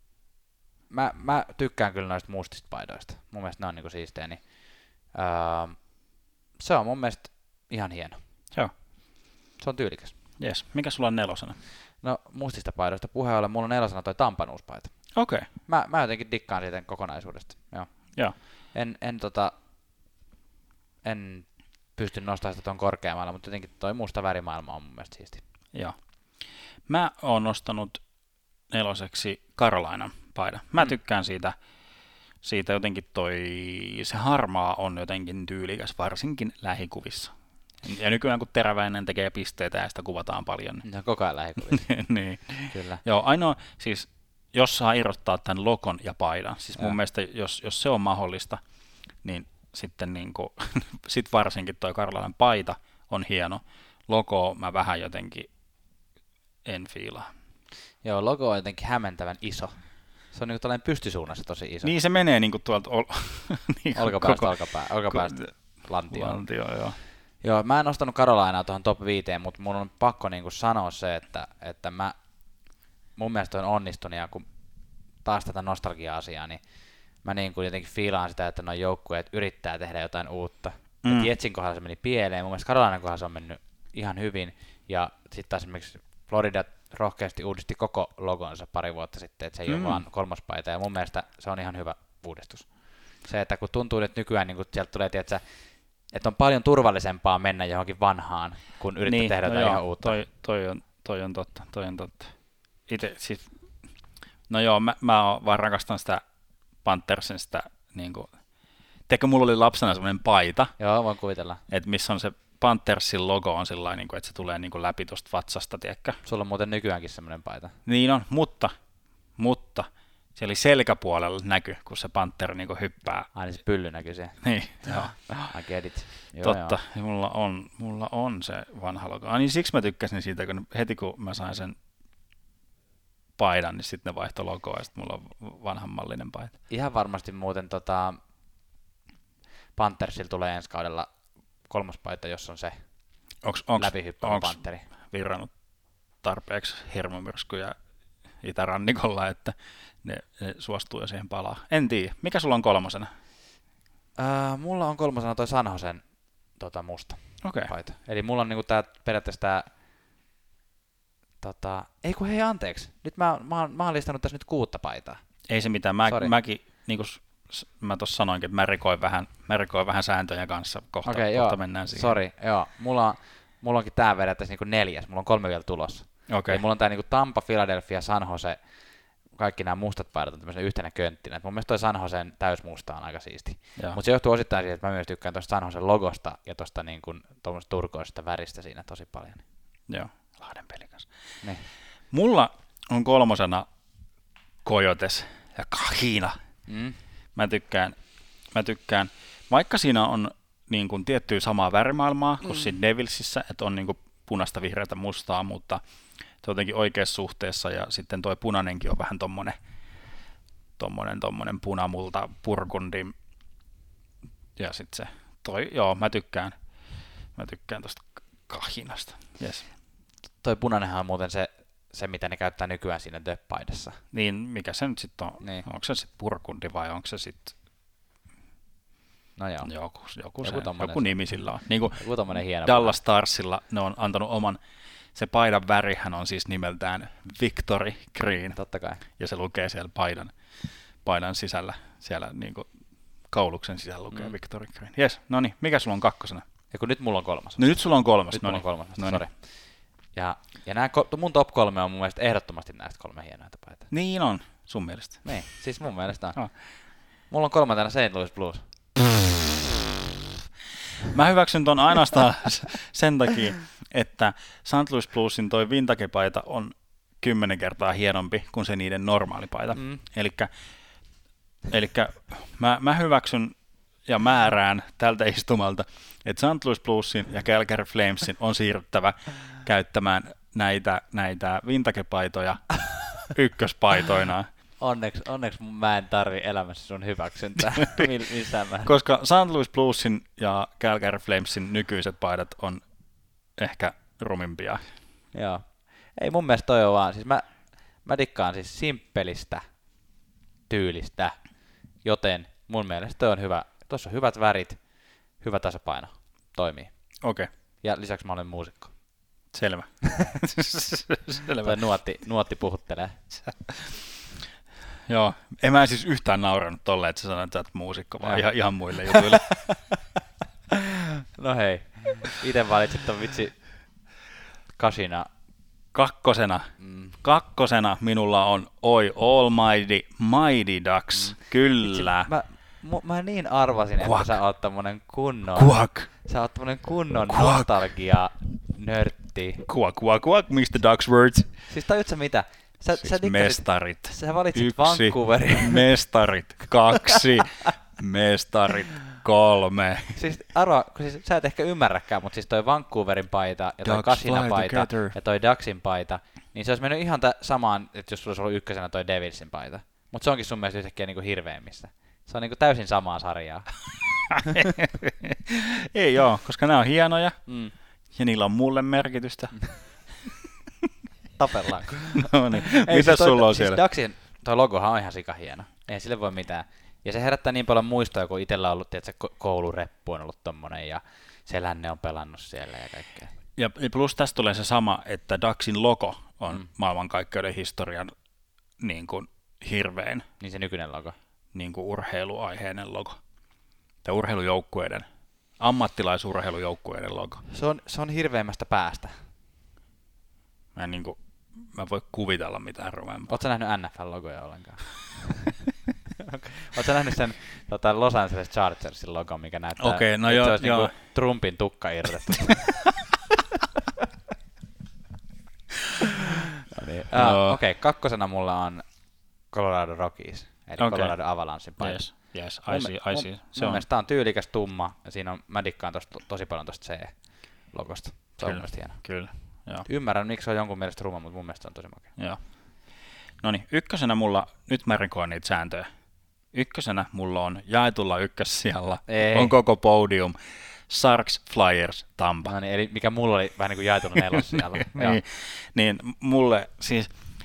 Mä, mä tykkään kyllä noista mustista paidoista. Mun mielestä ne on niinku siistejä. Niin, öö, se on mun mielestä ihan hieno. Joo. Se on tyylikäs. Jes. Mikä sulla on nelosena? No mustista paidoista puheen ollen, mulla on nelosena toi Tampanuuspaita. Okei. Okay. Mä, mä jotenkin dikkaan siitä kokonaisuudesta. Joo. Joo. En, en tota... En pysty nostamaan sitä tuon korkeammalla, mutta jotenkin toi musta värimaailma on mun mielestä siisti. Joo. Mä oon nostanut neloseksi Carolinan paidan. Mä tykkään siitä, siitä jotenkin toi, se harmaa on jotenkin tyylikäs, varsinkin lähikuvissa. Ja nykyään kun Teräväinen tekee pisteitä ja sitä kuvataan paljon. Se on koko ajan lähikuvissa. Niin. Kyllä. Joo, ainoa, siis jos saa irrottaa tämän logon ja paidan, siis mun ja. mielestä jos, jos se on mahdollista, niin sitten niin kuin, sit varsinkin toi Carolinan paita on hieno. Logo mä vähän jotenkin en fiilaa. Joo, logo on jotenkin hämmentävän iso. Se on niin kuin tällainen pystysuunnassa tosi iso. Niin se menee niin kuin tuolta ol... niin olkapäästä, koko... olkapää, olkapäästä ko... lantioon. Lantio, joo. Joo, mä en nostanut Carolinaa tuohon top viiteen, mutta mun on pakko niin kuin sanoa se, että, että mä, mun mielestä on onnistunut, ja kun taas tätä nostalgia-asiaa, niin mä niin kuin jotenkin fiilaan sitä, että nuo joukkueet yrittää tehdä jotain uutta. Mm. Et Jetsin kohdalla se meni pieleen, mun mielestä Carolinan kohdalla se on mennyt ihan hyvin, ja sitten taas esimerkiksi Florida rohkeasti uudisti koko logonsa pari vuotta sitten, että se ei mm. ole vaan kolmospaita, ja mun mielestä se on ihan hyvä uudistus. Se, että kun tuntuu, että nykyään niin kun sieltä tulee, tiedätkö, että on paljon turvallisempaa mennä johonkin vanhaan, kun yrittää niin, tehdä no jotain joo, ihan uutta. Toi, toi, on, toi on totta, toi on totta. Ite, siis, no joo, mä, mä vaan rakastan sitä Panthersin sitä, niin kuin, tiedätkö, mulla oli lapsena semmoinen paita, joo, voin kuvitella, että missä on se Panthersin logo on sellainen, niin kuin, että se tulee niin kuin läpi tuosta vatsasta, tiedätkö? Sulla on muuten nykyäänkin semmoinen paita. Niin on, mutta, mutta siellä oli selkäpuolella näky, kun se Panther niin kuin hyppää. Ai niin se pylly näkyy siellä. Niin, joo. I get it. Joo, Totta, joo. Mulla, on, mulla on se vanha logo. Ah, niin siksi mä tykkäsin siitä, kun heti kun mä sain sen paidan, niin sitten ne vaihtoi logoa ja sitten mulla on vanhanmallinen paita. Ihan varmasti muuten tota, Panthersilla tulee ensi kaudella kolmas paita, jos on se läpihyppäävä Pantheri. Virrannut tarpeeksi hirmumyrskyjä itärannikolla, että ne, ne suostuu ja siihen palaa. En tiedä. Mikä sulla on kolmosena? Äh, mulla on kolmosena toi San Josen tota, musta okay. paita. Eli mulla on niinku tää, periaatteessa tää Tota, ei kun hei anteeksi, nyt mä, mä, mä oon listannut tässä nyt kuutta paitaa. Ei se mitään, mä, mäkin, niin kuin mä tuossa sanoinkin, että mä rikoin vähän, mä rikoin vähän sääntöjä kanssa, kohta, okay, kohta joo. mennään siihen. Sori, joo, mulla, on, mulla onkin tää vedettäisiin niinku neljäs, mulla on kolme vielä tulossa. Okay. Eli mulla on tää niinku Tampa, Philadelphia, San Jose, kaikki nämä mustat paidat on tämmöisen yhtenä könttinä. Et mun mielestä toi San Josen täysmusta on aika siisti. Mutta se johtuu osittain siitä, että mä myös tykkään tuosta San Josen logosta ja tuosta niinku, turkoisesta väristä siinä tosi paljon. Joo. Lahden peli kanssa. Niin. Mulla on kolmosena Coyotes ja Kahina. Mm. Mä tykkään, mä tykkään, vaikka siinä on niin kuin tiettyä samaa värimaailmaa kuin mm. siinä Devilsissä, että on niin kuin punaista, vihreätä, mustaa, mutta se on jotenkin oikeassa suhteessa ja sitten toi punainenkin on vähän tommonen, tommonen, tommonen punamulta, purkundi ja sitten se toi, joo, mä tykkään, mä tykkään tosta Kahinasta, yes. Toi punainenhan on muuten se, se, mitä ne käyttää nykyään siinä The-paidassa. Niin, mikä se nyt sitten on? Niin. Onko se sitten purkundi vai onko se sitten no joo. joku, joku, joku, se, joku nimi sillä on? Niin kuin joku tommonen hieno Dallas Starsilla ne on antanut oman, se paidan värihän on siis nimeltään Victory Green. Totta kai. Ja se lukee siellä paidan, paidan sisällä, siellä niin kuin kauluksen sisällä lukee mm. Victory Green. Jes, no niin, mikä sulla on kakkosena? Ja kun nyt mulla on kolmas. No nyt sulla on kolmas. Nyt no mulla niin. on kolmas, no sori. Ja, ja nämä, mun top kolme on mun mielestä ehdottomasti näistä kolme hienoita paitaa. Niin on, sun mielestä. Niin, siis mun mielestä on. Oh. Mulla on kolmantena Saint Louis Blues. Mä hyväksyn ton ainoastaan sen takia, että Saint Louis Bluesin toi vintage-paita on kymmenen kertaa hienompi kuin se niiden normaali paita. Mm. Elikkä, elikkä mä, mä hyväksyn ja määrään tältä istumalta, että Saint Louis Bluesin ja Calgary Flamesin on siirryttävä käyttämään näitä, näitä vintage-paitoja ykköspaitoina. Onneksi, onneksi mä en tarvi elämässä sun hyväksyntää missään mä. Koska Saint Louis Bluesin ja Calgary Flamesin nykyiset paidat on ehkä rumimpia. Joo. Ei mun mielestä toi on vaan, siis mä, mä dikkaan siis simppelistä tyylistä, joten mun mielestä toi on hyvä. Tuossa on hyvät värit, hyvä tasapaino, toimii. Okei. Okay. Ja lisäksi mä olen muusikko. Selvä. Selvä. Toi nuotti, nuotti puhuttelee. Joo, en mä siis yhtään nauranut tolleen, että sä sanoit, että sä oot muusikko, vaan ihan, ihan muille jutuille. No hei, ite valitsit ton vitsi kasina. Kakkosena, mm. kakkosena minulla on Oi Almighty Mighty Ducks, mm. kyllä. Vitsi, mä, mä niin arvasin, Quack. Että sä oot tommonen kunnon, Quack. Sä oot tommonen kunnon Quack. Nostalgia nörtti. Quack, quack, quack, mister Ducksworth. Siis tajut sä mitä? Sä, siis sä dikkasit, mestarit. Sä valitsit Yksi, Vancouverin. Mestarit. Kaksi. Mestarit. Kolme. Siis arvaa, kun siis, sä et ehkä ymmärräkään, mutta siis toi Vancouverin paita ja toi Ducks Kasina paita together. ja toi Ducksin paita, niin se olisi mennyt ihan ta- samaan, että jos sulla olisi ollut ykkösenä toi Devilsin paita. Mutta se onkin sun mielestä yhtäkkiä niinku hirveämmissä. Se on niinku täysin samaa sarjaa. Ei joo, koska nämä on hienoja mm. ja niillä on mulle merkitystä. Tapellaanko? No niin, mitä toi, sulla on siis siellä? Ducksin toi logohan on ihan sikahieno. Ei sille voi mitään. Ja se herättää niin paljon muistoja, kun itsellä on ollut, tiedätkö, koulureppu on ollut tommonen ja Selänne on pelannut siellä ja kaikkea. Ja plus tästä tulee se sama, että Ducksin logo on mm. maailmankaikkeuden historian niin kuin hirvein. Niin se nykyinen logo. Niin kuin urheiluaiheinen logo. Tai urheilujoukkueiden, ammattilaisurheilujoukkueiden logo. Se on, se on hirveimmästä päästä. Mä en niin kuin, mä voi kuvitella mitään rumempaa. Ootko sä nähnyt N F L-logoja ollenkaan? Oletko nähnyt sen tota, Los Angeles Chargersin logon, mikä näyttää, okay, no että joo, se olisi joo. Niinku Trumpin tukka irrotettu? no niin. uh, no. Okei, okay, kakkosena mulla on Colorado Rockies, eli okay. Colorado Avalanchein paita. Yes, yes, I see, I see. Mun, se mun on. mielestä tää on tyylikäs tumma, ja siinä on, mä dikkaan tosta, tosi paljon tosta C-logosta. Se kyllä, on mun mielestä hieno. Kyllä, joo. Ymmärrän, miksi se on jonkun mielestä ruma, mutta mun mielestä se on tosi makea. Joo. Noniin, ykkösenä mulla, nyt mä rikoin niitä sääntöjä. Ykkösenä mulla on jaetulla ykkössijalla, Ei. on koko podium, Sharks, Flyers, Tampa. No niin, eli mikä mulla oli vähän niin kuin jaetunut nelossijalla. niin, niin, mulle siis,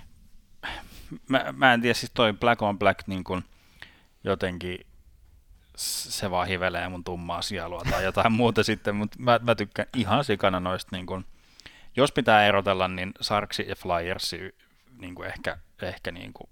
mä, mä en tiedä, siis toi Black on Black niin kuin jotenkin, se vaan hivelee mun tummaa sielua tai jotain muuta sitten, mutta mä, mä tykkään ihan sikana noista, niin kuin, jos pitää erotella, niin Sharks ja Flyers niin kuin ehkä, ehkä niin kuin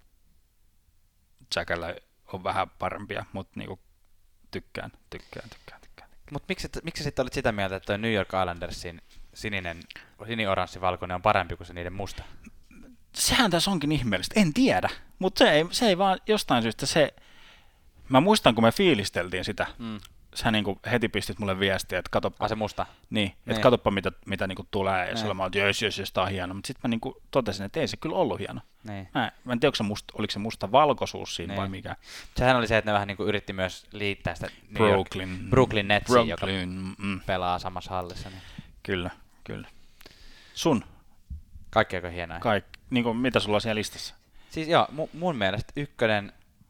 Jackalla on vähän parempia, mutta niin kuin tykkään, tykkään, tykkään, tykkään. Mutta miksi, miksi sitten olit sitä mieltä, että toi New York Islandersin sininen, sini-oranssi, valkoinen on parempi kuin se niiden musta? Sehän tässä onkin ihmeellistä, en tiedä, mutta se ei, se ei vaan jostain syystä se, mä muistan kun me fiilisteltiin sitä, mm. sä niin kuin heti pistit mulle viestiä, että katoppa. Ah, se musta? Niin, että niin. katoppa mitä, mitä niin kuin tulee, ja sillä mä oon, että jös, jös, jös, tää on hieno, mutta sitten mä niin kuin totesin, että ei se kyllä ollut hieno. Niin. Mä, mä en tiedä, se musta, oliko se musta valkoisuus siinä niin. vai mikä. Sehän oli se, että ne vähän niin kuin yritti myös liittää sitä New Brooklyn, York, Brooklyn Netsiin, Brooklyn, joka mm. pelaa samassa hallissa. Niin. Kyllä, kyllä. Sun? Kaikki aika hienoja. Kaikki. Niin kuin, mitä sulla on siellä listassa? Siis joo, mu- mun mielestä ykkönen,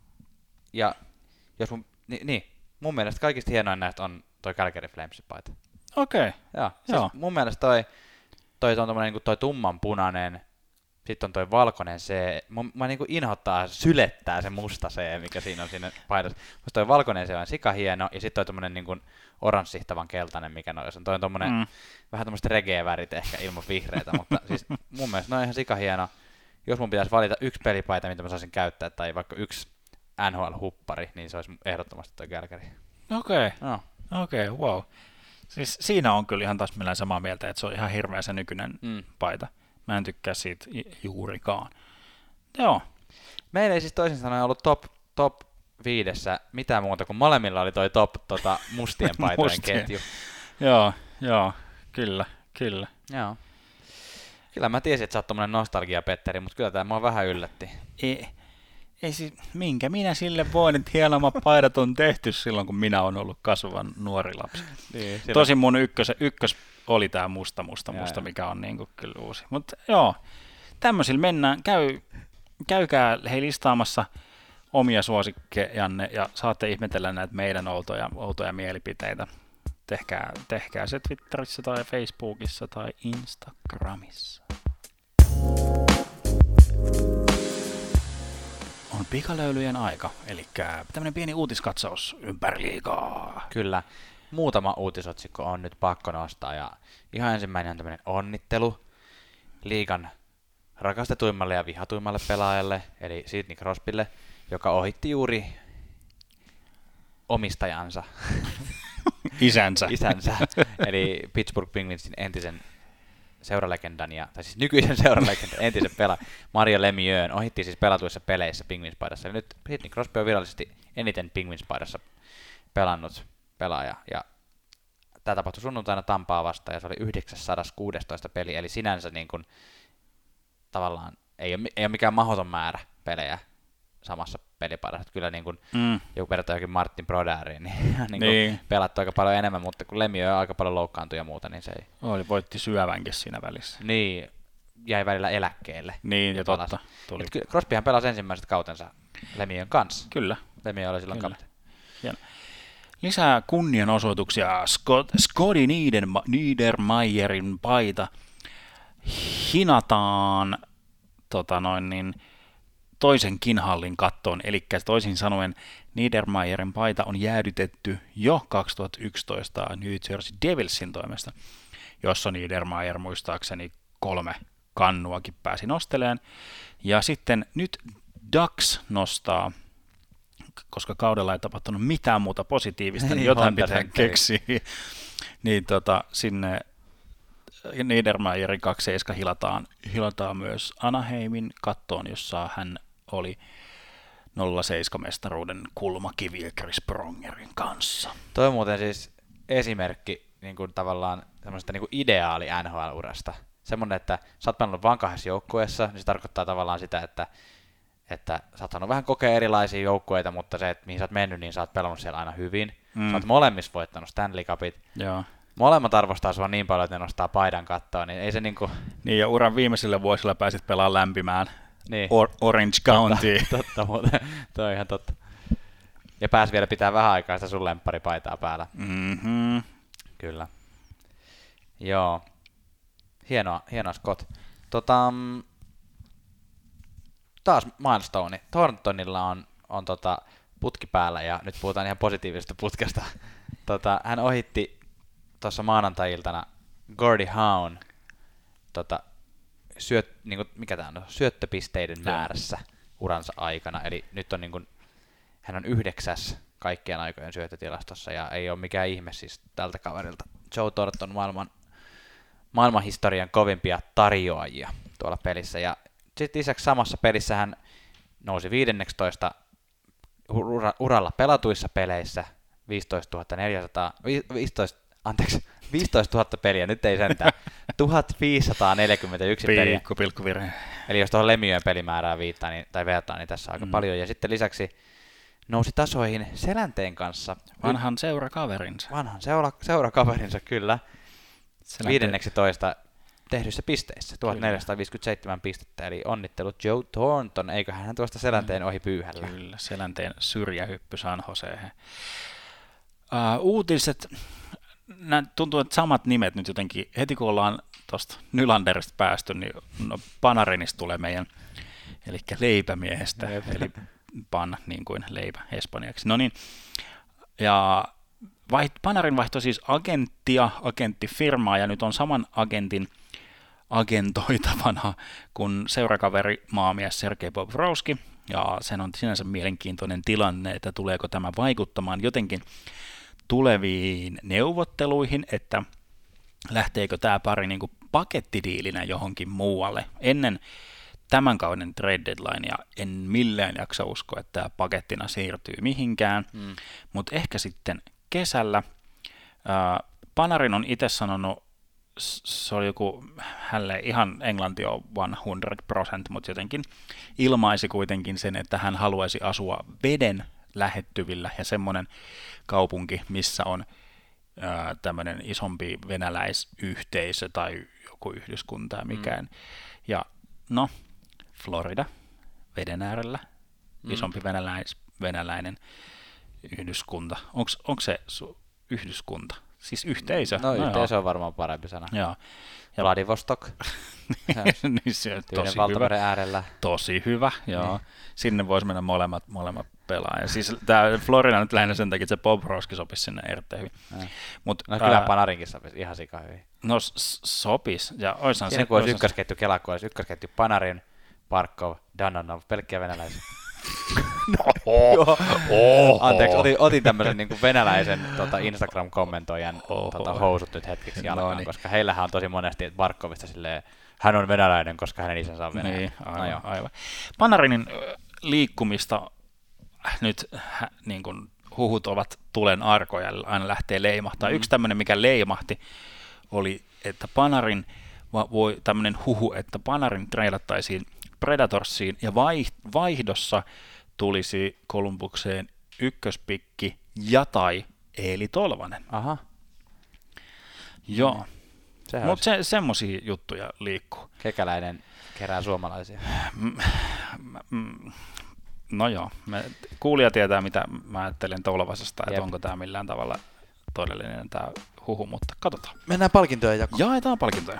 ja jos mun, ni, niin, mun mielestä kaikista hienoin näistä on toi Calgary Flamesin paita. Okei. Okay. Joo, siis joo. Mun mielestä toi, toi on tommonen, niin toi tummanpunainen, sitten on toi valkoinen C, mun, mä niinku inhottaa, sylettää se musta C, mikä siinä on siinä paidassa. Musta toi valkoinen C on sika hieno, ja sitten toi tommonen niinku oranssihtavan keltainen, mikä noissa on. Toi on tommonen, mm. vähän tommoset reggae-värit ehkä ilman vihreitä, mutta siis mun mielestä ne on ihan sika hieno. Jos mun pitäisi valita yksi pelipaita, mitä mä saisin käyttää, tai vaikka yksi N H L-huppari, niin se olisi ehdottomasti toi Calgary. Okei, okay. no. okei, okay, wow. Siis siinä on kyllä ihan taas millään samaa mieltä, että se on ihan hirveä se nykyinen mm. paita. Mä en tykkää siitä juurikaan. Joo. Meillä ei siis toisin sanoen ollut top, top viidessä mitään muuta, kuin molemmilla oli toi top tota, mustien paitojen mustien. ketju. Joo, joo, kyllä, kyllä. Joo. Kyllä mä tiesin, että sä oot tommonen nostalgia, Petteri, mutta kyllä tää mua vähän yllätti. Ei, ei siis, minkä minä sille voin, että hienommat paidat on tehty silloin, kun minä olen ollut kasvavan nuori lapsi. Niin, tosin mun ykkös, ykkös oli tää musta, musta, ja musta, ja. mikä on niinku kyllä uusi. Mutta joo, tämmöisillä mennään. Käy, käykää hei listaamassa omia suosikkejanne ja saatte ihmetellä näitä meidän outoja, outoja mielipiteitä. Tehkää, tehkää se Twitterissä tai Facebookissa tai Instagramissa. On pikalöylyjen aika, eli tämmöinen pieni uutiskatsaus ympäri liigaa. Kyllä. Muutama uutisotsikko on nyt pakko nostaa, ja ihan ensimmäinen on tämmöinen onnittelu liigan rakastetuimmalle ja vihatuimmalle pelaajalle, eli Sidney Crosbylle, joka ohitti juuri omistajansa. Isänsä. Isänsä, eli Pittsburgh Penguinsin entisen seuralegendan, ja, tai siis nykyisen seuralegendan, entisen pelaajan, Mario Lemieux, ohitti siis pelatuissa peleissä Penguins-paidassa. Eli nyt Sidney Crosby on virallisesti eniten Penguins-paidassa pelannut pelaaja, ja tämä tapahtui sunnuntaina Tampaa vastaan, ja se oli yhdeksänsataakuusitoista peli, eli sinänsä niin kuin, tavallaan ei ole, ei ole mikään mahdoton määrä pelejä samassa pelipaidassa. Kyllä niin kuin mm. joku vertaa jokin Martin Broderiin, niin, niin, niin. pelattu aika paljon enemmän, mutta kun Lemieux aika paljon loukkaantui ja muuta, niin se ei... Oli, voitti syövänkin siinä välissä. Niin, jäi välillä eläkkeelle. Niin, ja totta. Tuli. Crosbyhan pelasi ensimmäiset kautensa Lemieux'n kanssa. Kyllä. Lemieux oli silloin kapteeni. Lisää kunnianosoituksia. Scott, Scotty Niedermayerin paita hinataan tota noin, niin, toisen kinhallin kattoon, eli toisin sanoen Niedermayerin paita on jäädytetty jo kaksituhattayksitoista New Jersey Devilsin toimesta, jossa Niedermayer muistaakseni kolme kannuakin pääsi nosteleen. Ja sitten nyt Ducks nostaa, koska kaudella ei tapahtunut mitään muuta positiivista, niin jotain pitää keksiä, niin tota, sinne Niedermayerin kakseiskan hilataan, hilataan myös Anaheimin kattoon, jossa hän oli nolla seitsemän mestaruuden kulmakiviä Chris Prongerin kanssa. Toi on muuten siis esimerkki niin kuin tavallaan semmoisesta niin kuin ideaali N H L-urasta. Semmoinen, että sä oot pelannut vaan kahdessa joukkueessa, niin se tarkoittaa tavallaan sitä, että, että sä oot saanut vähän kokea erilaisia joukkueita, mutta se, että mihin sä oot mennyt, niin sä oot pelannut siellä aina hyvin. Mm. Sä oot molemmissa voittanut Stanley Cupit. Joo. Molemmat arvostaa sua niin paljon, että ne nostaa paidan kattoon, niin ei se niinku... Niin, ja uran viimeisillä vuosilla pääsit pelaamaan lämpimään niin. Or- Orange County. Totta, totta muuten, toi on ihan totta. Ja pääsi vielä pitää vähän aikaa sitä sun lempparipaitaa päällä. Mm-hmm. Kyllä. Joo. Hienoa, hienoa Scott. Tota, taas milestone. Thorntonilla on, on tota putki päällä ja nyt puhutaan ihan positiivisesta putkesta. Tota, hän ohitti tuossa maanantai-iltana Gordie Howen tota, syöt, niin kuin, mikä tää on, syöttöpisteiden määrässä uransa aikana. Eli nyt on niin kuin, hän on yhdeksäs kaikkien aikojen syöttötilastossa ja ei ole mikään ihme siis tältä kaverilta. Joe Thornton maailman maailmanhistorian kovimpia tarjoajia tuolla pelissä. Ja sitten lisäksi samassa pelissä hän nousi viidenneksitoista ura, uralla pelatuissa peleissä viisitoistatuhatta neljäsataa, viisitoista, anteeksi, viisitoistatuhatta peliä, nyt ei sentään, tuhatviisisataaneljäkymmentäyksi peliä. Pilkku, pilkku virhe. Eli jos tuohon Lemieux pelimäärää viittaa niin, tai vertaa, niin tässä on aika mm. paljon. Ja sitten lisäksi nousi tasoihin Selänteen kanssa. Vanhan seurakaverinsa. Vanhan seura, seurakaverinsa, kyllä. Viidenneksi toista tehdyissä pisteissä, tuhatneljäsataaviisikymmentäseitsemän pistettä, eli onnittelut Joe Thornton, eiköhän hän tuosta Selänteen ohi pyyhällä. Kyllä, Selänteen syrjähyppy San Joseen. Uh, uutiset, nämä tuntuu, että samat nimet nyt jotenkin, heti kun ollaan tuosta Nylanderista päästy, niin no, Panarinista tulee meidän, eli leipämiehestä, Jep. eli pan niin kuin leipä espanjaksi. No niin, ja Vaiht, Panarin vaihtoi siis agenttia, agenttifirmaa, ja nyt on saman agentin agentoitavana kuin seurakaveri maamies Sergei Bobrovski, ja sen on sinänsä mielenkiintoinen tilanne, että tuleeko tämä vaikuttamaan jotenkin tuleviin neuvotteluihin, että lähteekö tämä pari niin kuin pakettidiilinä johonkin muualle ennen tämän kauden trade deadline, ja en millään jaksa uskoa, että tämä pakettina siirtyy mihinkään, mm. mutta ehkä sitten kesällä. Panarin on itse sanonut, se oli joku, hänelle ihan englanti on sata prosenttia, mutta jotenkin ilmaisi kuitenkin sen, että hän haluaisi asua veden lähettyvillä ja semmoinen kaupunki, missä on tämmöinen isompi venäläisyhteisö tai joku yhdyskunta ja mikään. Mm. Ja no, Florida, veden äärellä, mm. isompi venäläis, venäläinen yhdyskunta. Onko se su- yhdyskunta? Siis yhteisö? No, no yhteisö joo. On varmaan parempi sana. Joo. Ja Vladivostok. niin se on tosi valtameren hyvä. Äärellä. Tosi hyvä, joo. Niin. Sinne voisi mennä molemmat, molemmat pelaa. Siis tämä Florida nyt lähinnä sen takia, että se Bobrovski sopisi sinne erittäin hyvin. Mut, no kyllä ää, Panarinkin sopisi ihan sika hyvin. No s- sopisi. Ja oishan siinä se, kun olisi ykkösketju Kelakko, olisi ykkösketju Panarin, Parkov, Danonov, pelkkiä venäläisiä. no, oh, oh, Anteeksi, otin, otin tämmöisen niin kuin venäläisen tota, Instagram-kommentoijan tota, housut nyt hetkeksi jalkaan, no niin. Koska heillähän on tosi monesti, että Barkovista silleen, hän on venäläinen, koska hänen isänsä on venäläinen. Niin, aivan, no aivan. Panarinin liikkumista nyt niin kuin huhut ovat tulen arkoja, aina lähtee leimahtaa. Mm. Yksi tämmöinen, mikä leimahti, oli, että Panarin, voi tämmöinen huhu, että Panarin treilattaisiin Predatorsiin ja vaihdossa tulisi Columbukseen ykköspikki ja tai Eeli Tolvanen. Aha. Joo. Mutta se, semmosia juttuja liikkuu. Kekäläinen kerää suomalaisia. No joo. Me, kuulija tietää, mitä mä ajattelen Tolvasesta, että onko tämä millään tavalla todellinen tämä huhu, mutta katsotaan. Mennään palkintojen jakoon. Jaetaan palkintoja.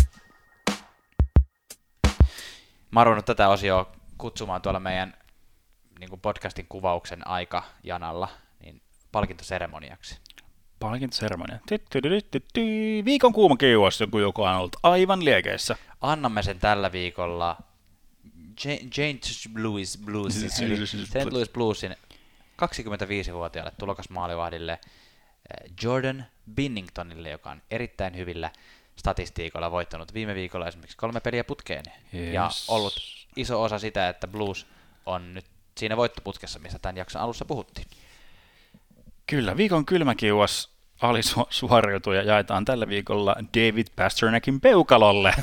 Mä oon ruvennut tätä osioa kutsumaan tuolla meidän niin kuin podcastin kuvauksen aikajanalla niin palkintoseremoniaksi. Palkintoseremonia. Viikon kuuma kiuas, joku joka on ollut aivan liekeissä. Annamme sen tällä viikolla Saint Louis Bluesin, Saint Louis Bluesin kaksikymmentäviisivuotiaalle tulokasmaalivahdille Jordan Binningtonille, joka on erittäin hyvillä statistiikoilla voittanut viime viikolla esimerkiksi kolme peliä putkeen. Yes. Ja ollut iso osa sitä, että Blues on nyt siinä voittoputkessa, mistä tämän jakson alussa puhuttiin. Kyllä, viikon kylmäkiuas alisuoriutuja jaetaan tällä viikolla David Pasternackin peukalolle.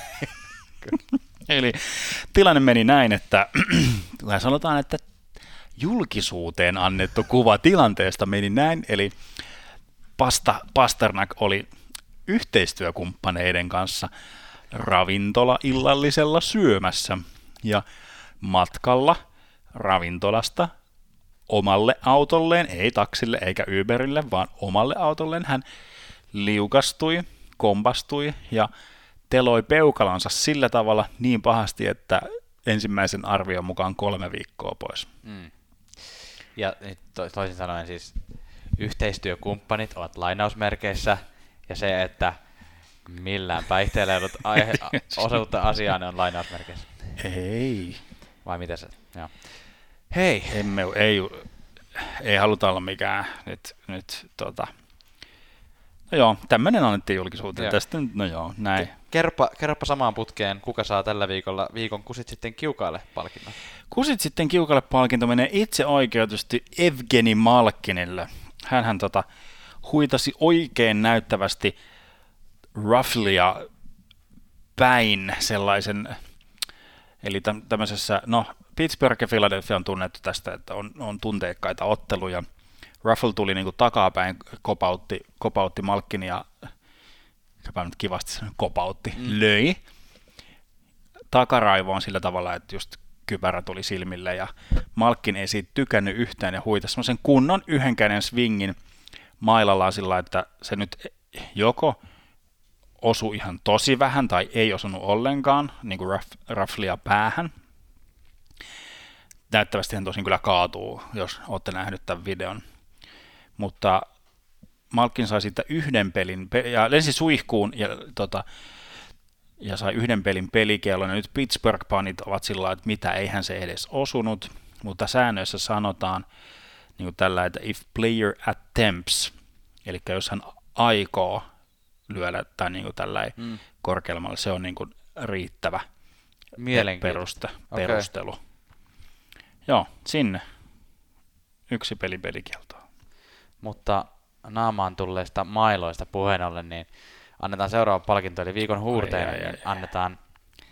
Eli tilanne meni näin, että sanotaan, että julkisuuteen annettu kuva tilanteesta meni näin, eli Pasta, Pasternak oli yhteistyökumppaneiden kanssa ravintola-illallisella syömässä ja matkalla ravintolasta omalle autolleen, ei taksille eikä Uberille, vaan omalle autolleen hän liukastui, kompastui ja teloi peukalonsa sillä tavalla niin pahasti, että ensimmäisen arvion mukaan kolme viikkoa pois. Mm. Ja to- toisin sanoen siis yhteistyökumppanit ovat lainausmerkeissä, ja se, että millään päihteellä ei ollut aihe- osuutta asiaan, on lainausmerkeissä. Ei. Vai mitä se? Joo. Hei! Emme, ei, ei haluta olla mikään nyt, nyt tota... No joo, tämmöinen annettiin julkisuuteen. Joo. Tästä no joo, näin. Kerropa, kerropa samaan putkeen, kuka saa tällä viikolla viikon Kusit sitten kiukaille -palkinnon. Kusit sitten kiukaille -palkinto menee itse oikeutusti Evgeni Malkinille. Hänhän tota, huitasi oikein näyttävästi Rufflia päin sellaisen, eli tämmöisessä, no Pittsburgh ja Philadelphia on tunnettu tästä, että on, on tunteikkaita otteluja. Ruffle tuli niin kuin takapäin, kopautti, kopautti Malkin ja jopa nyt kivasti sanoa, kopautti, mm. löi takaraivoon sillä tavalla, että just kypärä tuli silmille ja Malkin ei siitä tykännyt yhtään ja huitasi semmoisen kunnon yhden käden swingin mailallaan sillä, että se nyt joko osui ihan tosi vähän tai ei osunut ollenkaan, niin kuin Ruff, Rufflia päähän. Näyttävästi hän tosin kyllä kaatuu, jos olette nähnyt tämän videon. Mutta Malkin sai siitä yhden pelin, ja lensi suihkuun ja, tota, ja sai yhden pelin pelikielon. Ja nyt Pittsburgh-panit ovat sillä lailla, että mitä, eihän se edes osunut. Mutta säännöissä sanotaan niin kuin tällä, että if player attempts, eli jos hän aikoo lyödä tai niin kuin tällä mm. korkeammalle, se on niin kuin riittävä peruste, perustelu. Okay. Joo, sinne. Yksi peli pelikieltoa. Mutta naamaan tulleista mailoista puheen ollen, niin annetaan seuraava palkinto, eli viikon huurteinen, niin annetaan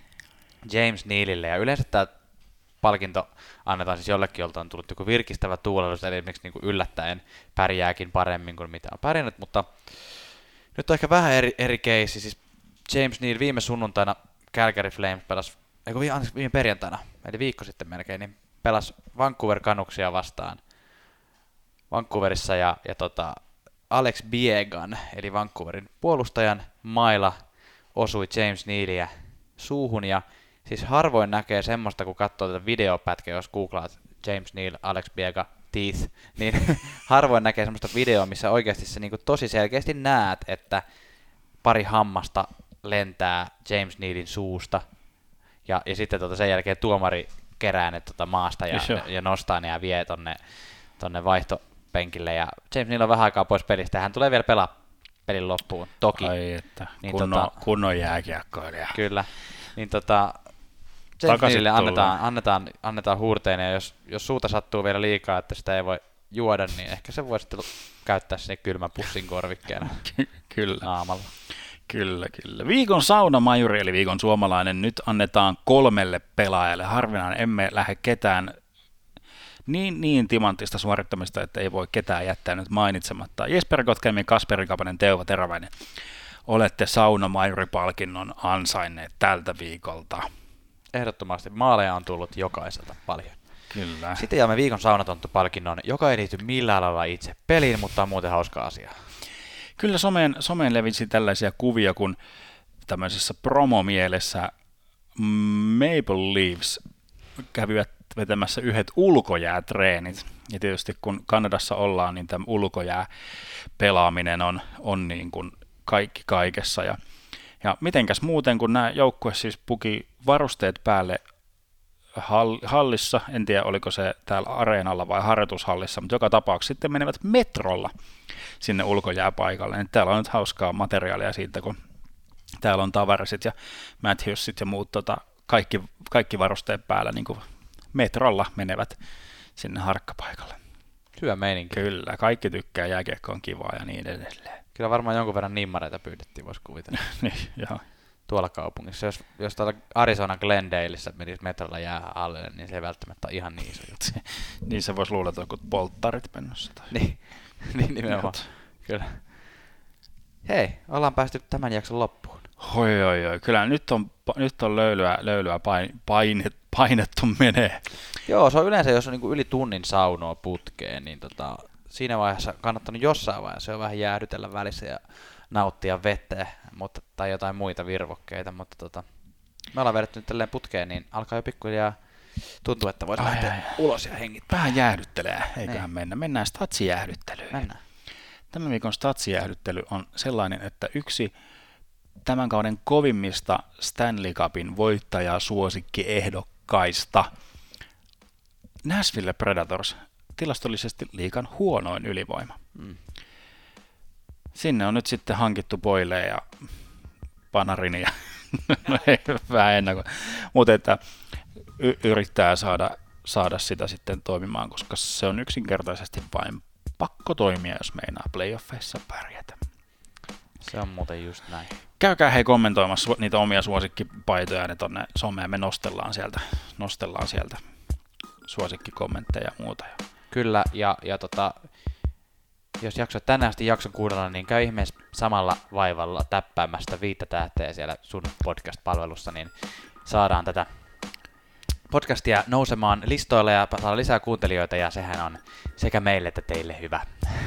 James Nealille. Ja yleensä tämä palkinto annetaan siis jollekin, jolta on tullut joku virkistävä tuulellus, eli esimerkiksi niin kuin yllättäen pärjääkin paremmin kuin mitä on pärjännyt, mutta nyt on ehkä vähän eri, eri keissi. Siis James Neal viime sunnuntaina Calgary Flames pelasi, eikö viime perjantaina, eli viikko sitten melkein, niin pelasi Vancouver Canucksia vastaan Vancouverissa ja, ja tota, Alex Biegan, eli Vancouverin puolustajan maila osui James Nealia suuhun ja siis harvoin näkee semmoista, kun katsoo tätä videopätkää, jos googlaat James Neal, Alex Biega, teeth, niin harvoin näkee semmoista videoa, missä oikeasti se niin kuin tosi selkeästi näet, että pari hammasta lentää James Nealin suusta ja, ja sitten tota sen jälkeen tuomari kerää ne tota maasta ja, ja nostaa ne ja vie tonne, tonne vaihtopenkille ja James Neal on vähän aikaa pois pelistä ja hän tulee vielä pelaa pelin loppuun, toki. Ai että, niin kunnon, tota, kunnon jääkiekkoilija. Kyllä, niin tota James Nealille annetaan, annetaan, annetaan huurteinen ja jos, jos suuta sattuu vielä liikaa, että sitä ei voi juoda, niin ehkä se voi sitten käyttää sinne kylmän pussin korvikkeena. Kyllä. Naamalla. Kyllä, kyllä. Viikon saunamajuri, eli viikon suomalainen, nyt annetaan kolmelle pelaajalle. Harvinainen emme lähde ketään niin, niin timanttista suorittamista, että ei voi ketään jättää nyt mainitsematta. Jesper Kotkaniemi, Kasperi Kapanen, Teuvo Teräväinen, olette saunamajuripalkinnon ansainneet tältä viikolta. Ehdottomasti maaleja on tullut jokaiselta paljon. Kyllä. Sitten jaamme viikon saunatonttu-palkinnon, joka ei liity millään lailla itse peliin, mutta on muuten hauska asia. Kyllä someen, someen levisi tällaisia kuvia, kun tämmöisessä promomielessä Maple Leafs kävivät vetämässä yhdet ulkojäätreenit. Ja tietysti kun Kanadassa ollaan, niin tämä ulkojää pelaaminen on, on niin kuin kaikki kaikessa. Ja, ja mitenkäs muuten, kun nämä joukkue siis puki varusteet päälle hallissa, en tiedä oliko se täällä areenalla vai harjoitushallissa, mutta joka tapauksessa sitten menevät metrolla sinne ulkojääpaikalle. Niin täällä on nyt hauskaa materiaalia siitä, kun täällä on Tavarisit ja Matthewsit ja muut tota, kaikki, kaikki varusteet päällä niin kuin metrolla menevät sinne harkkapaikalle. Hyvä meininki. Kyllä, kaikki tykkää, jääkiekko on kivaa ja niin edelleen. Kyllä varmaan jonkun verran nimmareita pyydettiin, voisi kuvitella. niin, joo. Tuolla kaupungissa. Jos, jos tuolla Arizona Glendaleissa menisi metrolla jäähallille, niin se ei välttämättä ole ihan niin iso juttu. niin se voisi luulla, että on kuin polttarit menossa. Tai... niin, niin nimenomaan. Kyllä. Hei, ollaan päästy tämän jakson loppuun. Oi, oi, oi. Kyllä nyt on, nyt on löylyä, löylyä pain, painet, painettu menee. Joo, se on yleensä, jos on niin kuin yli tunnin saunoa putkeen, niin tota, siinä vaiheessa kannattanut jossain vaiheessa jo vähän jäähdytellä välissä ja nauttia vettä mutta, tai jotain muita virvokkeita, mutta tota, me ollaan vedetty nyt tälleen putkeen, niin alkaa jo pikkuhiljaa tuntua, että voisi lähteä ai, ulos ja hengittää. Vähän jäähdyttelee, eiköhän niin. mennä. Mennään statsijäähdyttelyyn. Mennään. Tämän viikon statsijäähdyttely on sellainen, että yksi tämän kauden kovimmista Stanley Cupin voittajasuosikkiehdokkaista Nashville Predators, tilastollisesti liigan huonoin ylivoima. Mm. Sinne on nyt sitten hankittu Boyle ja Panarin ja no ei vähän ennakko, mutta että y- yrittää saada, saada sitä sitten toimimaan, koska se on yksinkertaisesti vain pakko toimia, jos meinaa playoffeissa pärjätä. Se on muuten just näin. Käykää hei kommentoimassa niitä omia suosikkipaitoja, ne tonne someen, me nostellaan sieltä, nostellaan sieltä suosikkikommentteja ja muuta. Kyllä, ja, ja tota, jos jaksoit tänään asti jakson kuunnella, niin käy ihmeessä samalla vaivalla täppäämästä viittä tähteä siellä sun podcast-palvelussa, niin saadaan tätä podcastia nousemaan listoille ja saada lisää kuuntelijoita, ja sehän on sekä meille että teille hyvä.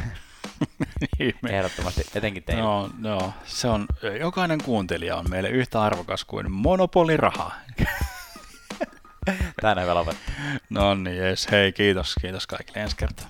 Ehdottomasti, etenkin teille. No, no, se on, jokainen kuuntelija on meille yhtä arvokas kuin monopoliraha. Tänään hyvä lopettaa. No niin, jes, hei, kiitos, kiitos kaikille ensi kertaa.